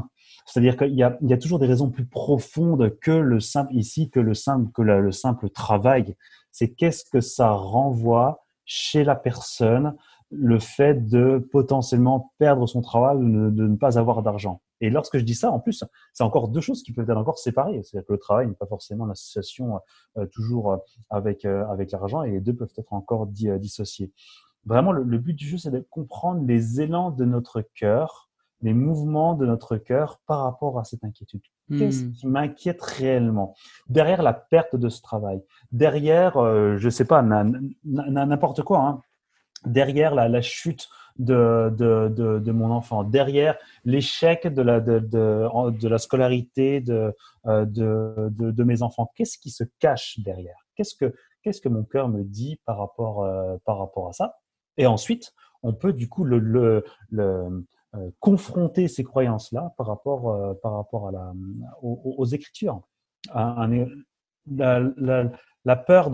C'est-à-dire il y a toujours des raisons plus profondes que le simple ici, que le simple travail. C'est qu'est-ce que ça renvoie chez la personne, le fait de potentiellement perdre son travail ou de ne pas avoir d'argent. Et lorsque je dis ça, en plus, c'est encore deux choses qui peuvent être encore séparées. C'est-à-dire que le travail n'est pas forcément une association toujours avec l'argent, et les deux peuvent être encore dissociés. Vraiment, le but du jeu, c'est de comprendre les élans de notre cœur, les mouvements de notre cœur par rapport à cette inquiétude. Qu'est-ce qui m'inquiète réellement derrière la perte de ce travail, derrière, je sais pas, n'importe quoi, hein, derrière la chute de mon enfant, derrière l'échec de la scolarité de mes enfants. Qu'est-ce qui se cache derrière? Qu'est-ce que mon cœur me dit par rapport à ça? Et ensuite, on peut du coup confronter ces croyances-là par rapport aux Écritures. Un, la, la peur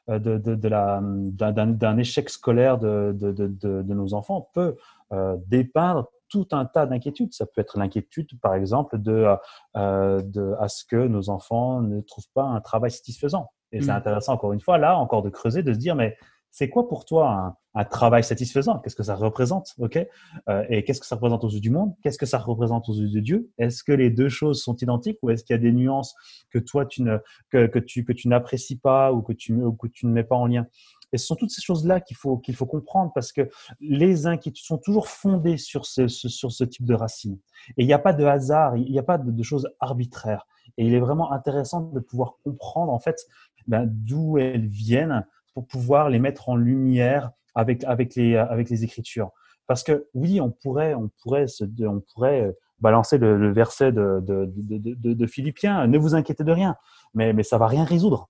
d'un échec scolaire de nos enfants peut dépeindre tout un tas d'inquiétudes. Ça peut être l'inquiétude, par exemple, à ce que nos enfants ne trouvent pas un travail satisfaisant. Et c'est intéressant, encore une fois, là, encore de creuser, de se dire, mais c'est quoi pour toi un travail satisfaisant? Qu'est-ce que ça représente? Okay, et qu'est-ce que ça représente aux yeux du monde? Qu'est-ce que ça représente aux yeux de Dieu? Est-ce que les deux choses sont identiques ou est-ce qu'il y a des nuances que toi, que tu n'apprécies pas ou que tu ne mets pas en lien? Et ce sont toutes ces choses-là qu'il faut comprendre, parce que les inquiétudes sont toujours fondées sur ce type de racines. Et il n'y a pas de hasard, il n'y a pas de choses arbitraires. Et il est vraiment intéressant de pouvoir comprendre en fait d'où elles viennent pour pouvoir les mettre en lumière avec les Écritures. Parce que oui, on pourrait balancer le verset de Philippiens, ne vous inquiétez de rien, mais ça va rien résoudre.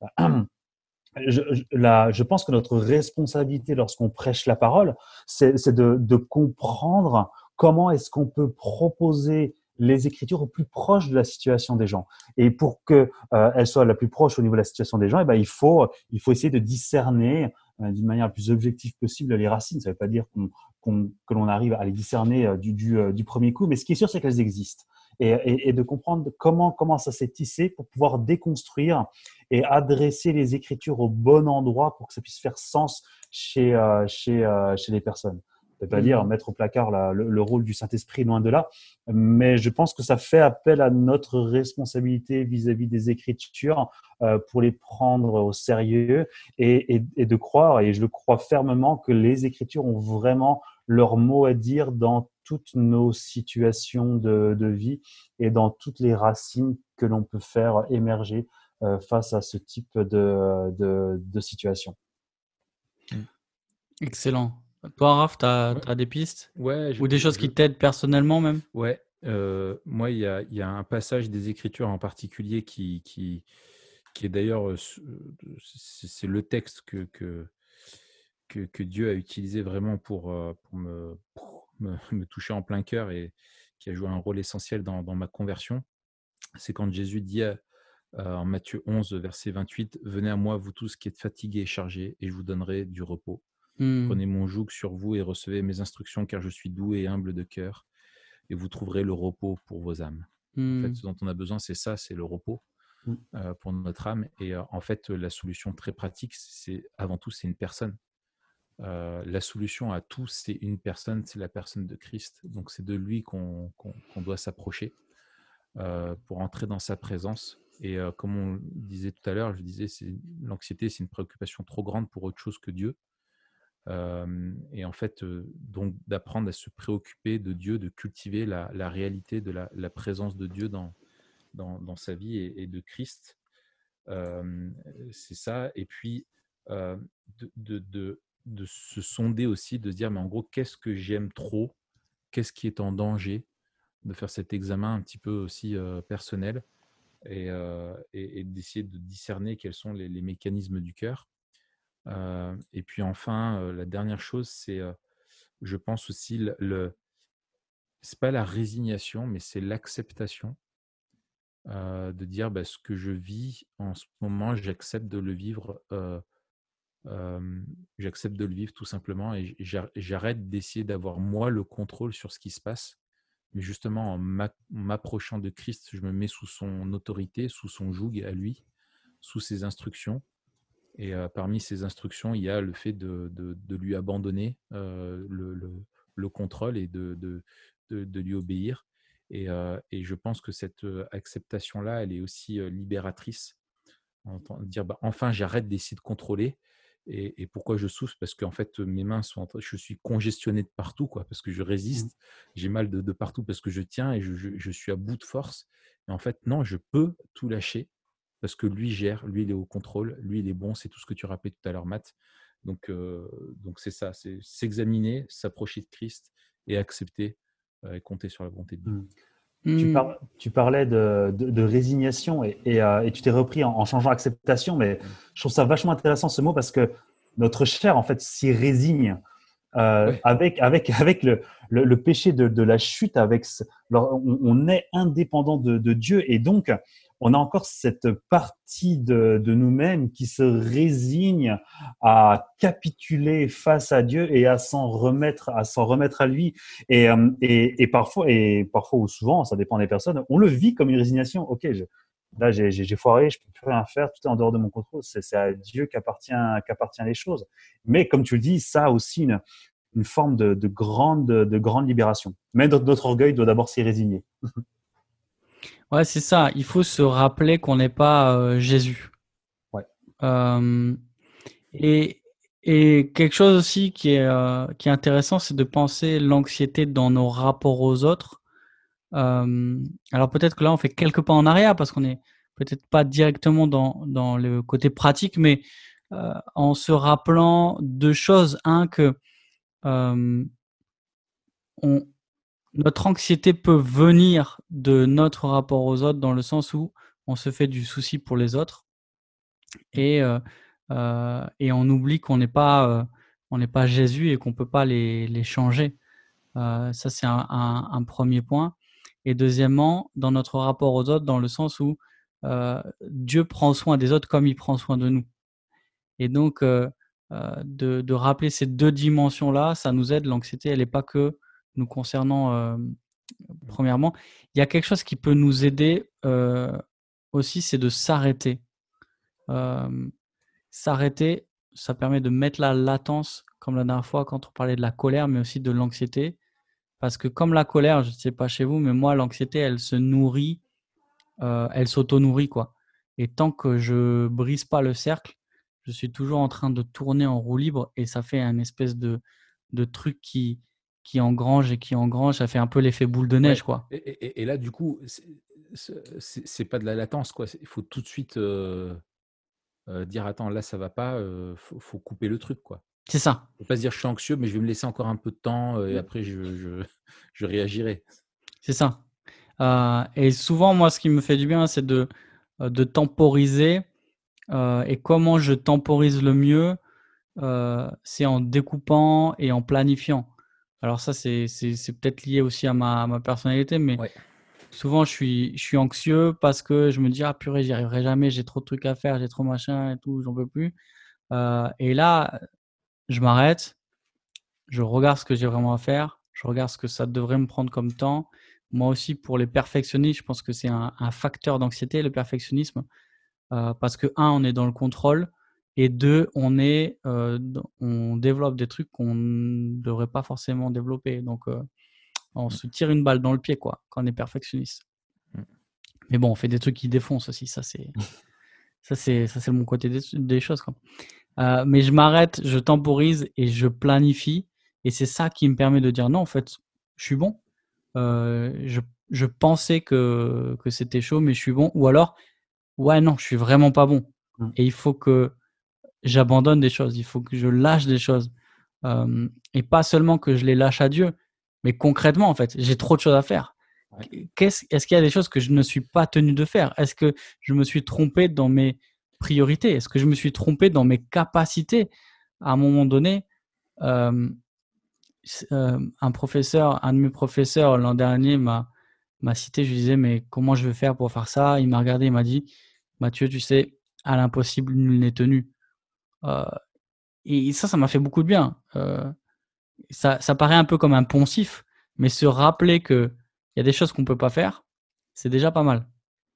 Je pense que notre responsabilité lorsqu'on prêche la parole, c'est de comprendre comment est-ce qu'on peut proposer les Écritures au plus proche de la situation des gens. Et pour que elles soient la plus proche au niveau de la situation des gens, eh ben, il faut essayer de discerner d'une manière la plus objective possible les racines. Ça ne veut pas dire que l'on arrive à les discerner du premier coup, mais ce qui est sûr, c'est qu'elles existent. Et de comprendre comment ça s'est tissé pour pouvoir déconstruire et adresser les Écritures au bon endroit pour que ça puisse faire sens chez les personnes. Ça ne veut pas dire mettre au placard le rôle du Saint-Esprit, loin de là, mais je pense que ça fait appel à notre responsabilité vis-à-vis des Écritures pour les prendre au sérieux et de croire, et je le crois fermement, que les Écritures ont vraiment leur mot à dire dans toutes nos situations de vie et dans toutes les racines que l'on peut faire émerger face à ce type de situation. Excellent. Toi, Raph, tu as des pistes ou des choses qui t'aident personnellement même? Ouais, moi, il y a un passage des Écritures en particulier qui est d'ailleurs, c'est le texte que Dieu a utilisé vraiment pour me toucher en plein cœur et qui a joué un rôle essentiel dans ma conversion. C'est quand Jésus dit en Matthieu 11, verset 28, « Venez à moi, vous tous qui êtes fatigués et chargés, et je vous donnerai du repos. Prenez mon joug sur vous et recevez mes instructions, car je suis doux et humble de cœur, et vous trouverez le repos pour vos âmes. » En fait, ce dont on a besoin, c'est ça, c'est le repos pour notre âme. Et en fait, la solution très pratique, avant tout, c'est une personne. La solution à tout, c'est une personne, c'est la personne de Christ. Donc, c'est de lui qu'on doit s'approcher pour entrer dans sa présence. Et comme on disait tout à l'heure, je disais, l'anxiété, c'est une préoccupation trop grande pour autre chose que Dieu. Et en fait, donc d'apprendre à se préoccuper de Dieu, de cultiver la réalité de la présence de Dieu dans sa vie et de Christ. C'est ça. Et puis, de se sonder aussi, de se dire, mais en gros, qu'est-ce que j'aime trop? Qu'est-ce qui est en danger? De faire cet examen un petit peu aussi personnel et d'essayer de discerner quels sont les mécanismes du cœur. Et puis enfin, la dernière chose, c'est, je pense aussi, c'est pas la résignation, mais c'est l'acceptation. De dire ce que je vis en ce moment, j'accepte de le vivre. J'accepte de le vivre tout simplement et j'arrête d'essayer d'avoir moi le contrôle sur ce qui se passe, Mais justement, en m'approchant de Christ, je me mets sous son autorité, sous son joug à lui, sous ses instructions. Et parmi ces instructions, il y a le fait de lui abandonner le contrôle et de lui obéir. Et je pense que cette acceptation-là, elle est aussi libératrice. Dire, enfin, j'arrête d'essayer de contrôler. Et pourquoi je souffre? Parce qu'en fait, mes mains je suis congestionné de partout, quoi, parce que je résiste. J'ai mal de partout parce que je tiens et je suis à bout de force. Et en fait, non, je peux tout lâcher parce que lui gère, lui, il est au contrôle, lui, il est bon. C'est tout ce que tu rappelais tout à l'heure, Matt. Donc c'est ça, c'est s'examiner, s'approcher de Christ et accepter et compter sur la bonté de Dieu. Tu parlais de résignation et tu t'es repris en changeant acceptation, mais je trouve ça vachement intéressant ce mot parce que notre chair, en fait, s'y résigne avec le péché de la chute. On est indépendant de Dieu et donc on a encore cette partie de nous-mêmes qui se résigne à capituler face à Dieu et à s'en remettre à lui. Et parfois ou souvent, ça dépend des personnes, on le vit comme une résignation. Ok, là j'ai foiré, je peux plus rien faire, tout est en dehors de mon contrôle. C'est à Dieu qu'appartient les choses. Mais comme tu le dis, ça a aussi une forme de grande libération. Mais notre orgueil doit d'abord s'y résigner. Ouais, c'est ça. Il faut se rappeler qu'on n'est pas Jésus. Ouais. Et quelque chose aussi qui est intéressant, c'est de penser l'anxiété dans nos rapports aux autres. Alors peut-être que là, on fait quelques pas en arrière parce qu'on n'est peut-être pas directement dans le côté pratique, mais en se rappelant deux choses. Un, que notre anxiété peut venir de notre rapport aux autres dans le sens où on se fait du souci pour les autres et on oublie qu'on n'est pas Jésus et qu'on peut pas les changer. Ça, c'est un premier point. Et deuxièmement, dans notre rapport aux autres, dans le sens où Dieu prend soin des autres comme il prend soin de nous. Et donc, de rappeler ces deux dimensions-là, ça nous aide. L'anxiété, elle n'est pas que nous concernant premièrement. Il y a quelque chose qui peut nous aider aussi, c'est de s'arrêter. S'arrêter, ça permet de mettre la latence, comme la dernière fois quand on parlait de la colère, mais aussi de l'anxiété. Parce que comme la colère, je ne sais pas chez vous, mais moi, l'anxiété, elle se nourrit, elle s'auto-nourrit, quoi. Et tant que je brise pas le cercle, je suis toujours en train de tourner en roue libre et ça fait un espèce de truc qui engrange et qui engrange. Ça fait un peu l'effet boule de neige, quoi. Et là, du coup, c'est pas de la latence, quoi. Il faut tout de suite dire attends, là, ça va pas, faut couper le truc, quoi. C'est ça. Faut pas se dire je suis anxieux, mais je vais me laisser encore un peu de temps et après je réagirai. C'est ça. Et souvent, moi, ce qui me fait du bien, c'est de temporiser. Et comment je temporise le mieux, c'est en découpant et en planifiant. Alors ça, c'est peut-être lié aussi à ma personnalité, mais souvent, je suis anxieux parce que je me dis « Ah purée, j'y arriverai jamais, j'ai trop de trucs à faire, j'ai trop machin et tout, j'en peux plus. » Et là, je m'arrête, je regarde ce que j'ai vraiment à faire, je regarde ce que ça devrait me prendre comme temps. Moi aussi, pour les perfectionnistes, je pense que c'est un facteur d'anxiété, le perfectionnisme. Parce que on est dans le contrôle et deux, on développe des trucs qu'on ne devrait pas forcément développer. Donc, on se tire une balle dans le pied, quoi, quand on est perfectionniste. Mais bon, on fait des trucs qui défoncent aussi. Ça, c'est le bon côté des choses, quoi. Mais je m'arrête, je temporise et je planifie. Et c'est ça qui me permet de dire non, en fait, je suis bon. Je pensais que c'était chaud, mais je suis bon. Ou alors, ouais, non, je suis vraiment pas bon. Et il faut que j'abandonne des choses, il faut que je lâche des choses. Et pas seulement que je les lâche à Dieu, mais concrètement, en fait, j'ai trop de choses à faire. Est-ce qu'il y a des choses que je ne suis pas tenu de faire? Est-ce que je me suis trompé dans mes priorités? Est-ce que je me suis trompé dans mes capacités? À un moment donné, un de mes professeurs l'an dernier m'a cité, je lui disais, mais comment je vais faire pour faire ça? Il m'a regardé, il m'a dit, Mathieu, tu sais, à l'impossible, nul n'est tenu. Et ça m'a fait beaucoup de bien. Ça paraît un peu comme un poncif, mais se rappeler que il y a des choses qu'on ne peut pas faire, c'est déjà pas mal.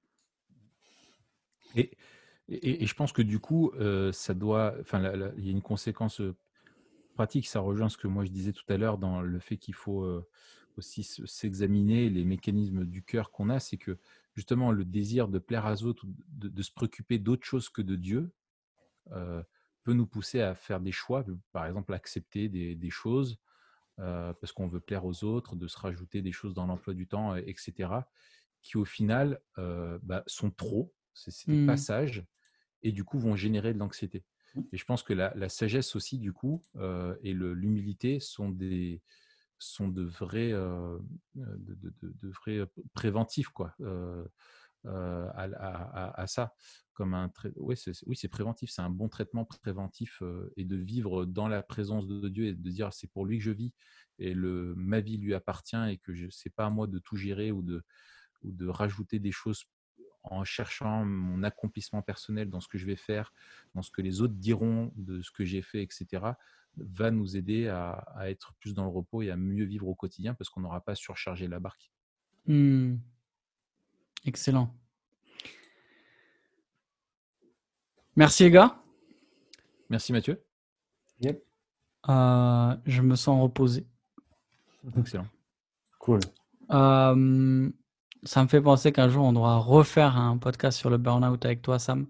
Et je pense que du coup, ça doit, il y a une conséquence pratique. Ça rejoint ce que moi je disais tout à l'heure dans le fait qu'il faut aussi s'examiner les mécanismes du cœur qu'on a. C'est que justement le désir de plaire aux autres, de se préoccuper d'autre chose que de Dieu, peut nous pousser à faire des choix, par exemple accepter des choses parce qu'on veut plaire aux autres, de se rajouter des choses dans l'emploi du temps, etc., qui au final sont trop, c'est des passages, et du coup vont générer de l'anxiété. Et je pense que la sagesse aussi, du coup, et l'humilité sont de vrais, vrais préventifs, quoi, à ça. Comme oui, c'est préventif, c'est un bon traitement préventif, et de vivre dans la présence de Dieu et de dire c'est pour lui que je vis et ma vie lui appartient et que c'est pas à moi de tout gérer ou de rajouter des choses en cherchant mon accomplissement personnel dans ce que je vais faire, dans ce que les autres diront de ce que j'ai fait, etc., va nous aider à être plus dans le repos et à mieux vivre au quotidien parce qu'on n'aura pas surchargé la barque. Excellent. Merci les gars. Merci Mathieu. Yep. Je me sens reposé. Excellent. Cool. Ça me fait penser qu'un jour on doit refaire un podcast sur le burn-out avec toi, Sam.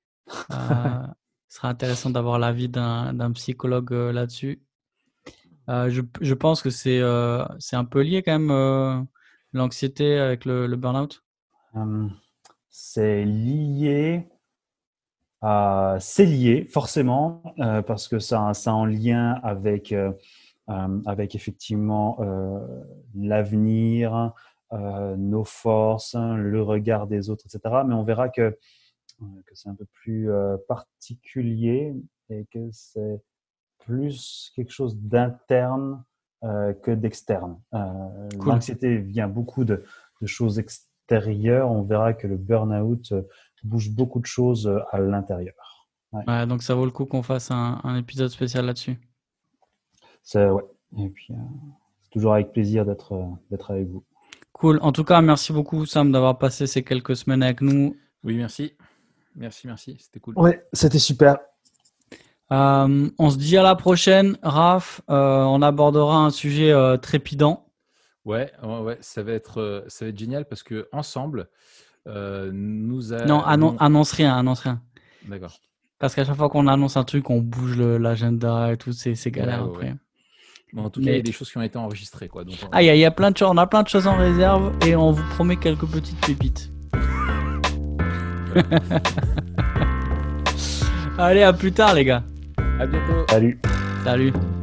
Ce sera intéressant d'avoir l'avis d'un psychologue là-dessus. Je pense que c'est un peu lié quand même, l'anxiété avec le burn-out. C'est lié. C'est lié forcément parce que ça en lien avec effectivement l'avenir, nos forces, le regard des autres, etc. Mais on verra que c'est un peu plus particulier et que c'est plus quelque chose d'interne que d'externe. Cool. L'anxiété vient beaucoup de choses extérieures. On verra que le burn-out bouge beaucoup de choses à l'intérieur. Ouais, donc ça vaut le coup qu'on fasse un épisode spécial là-dessus. Ouais. Et puis, c'est toujours avec plaisir d'être avec vous. Cool. En tout cas, merci beaucoup, Sam, d'avoir passé ces quelques semaines avec nous. Oui, merci. Merci. C'était cool. Ouais, c'était super. On se dit à la prochaine, Raph. On abordera un sujet trépidant. Ouais, ça va être génial parce que ensemble, nous allons. Non, annonce rien. D'accord. Parce qu'à chaque fois qu'on annonce un truc, on bouge l'agenda et tout, c'est galère après. Ouais. Bon, en tout cas, il y a des choses qui ont été enregistrées, quoi. Donc, il y a plein de choses. On a plein de choses en réserve et on vous promet quelques petites pépites. Allez, à plus tard, les gars. À bientôt. Salut. Salut.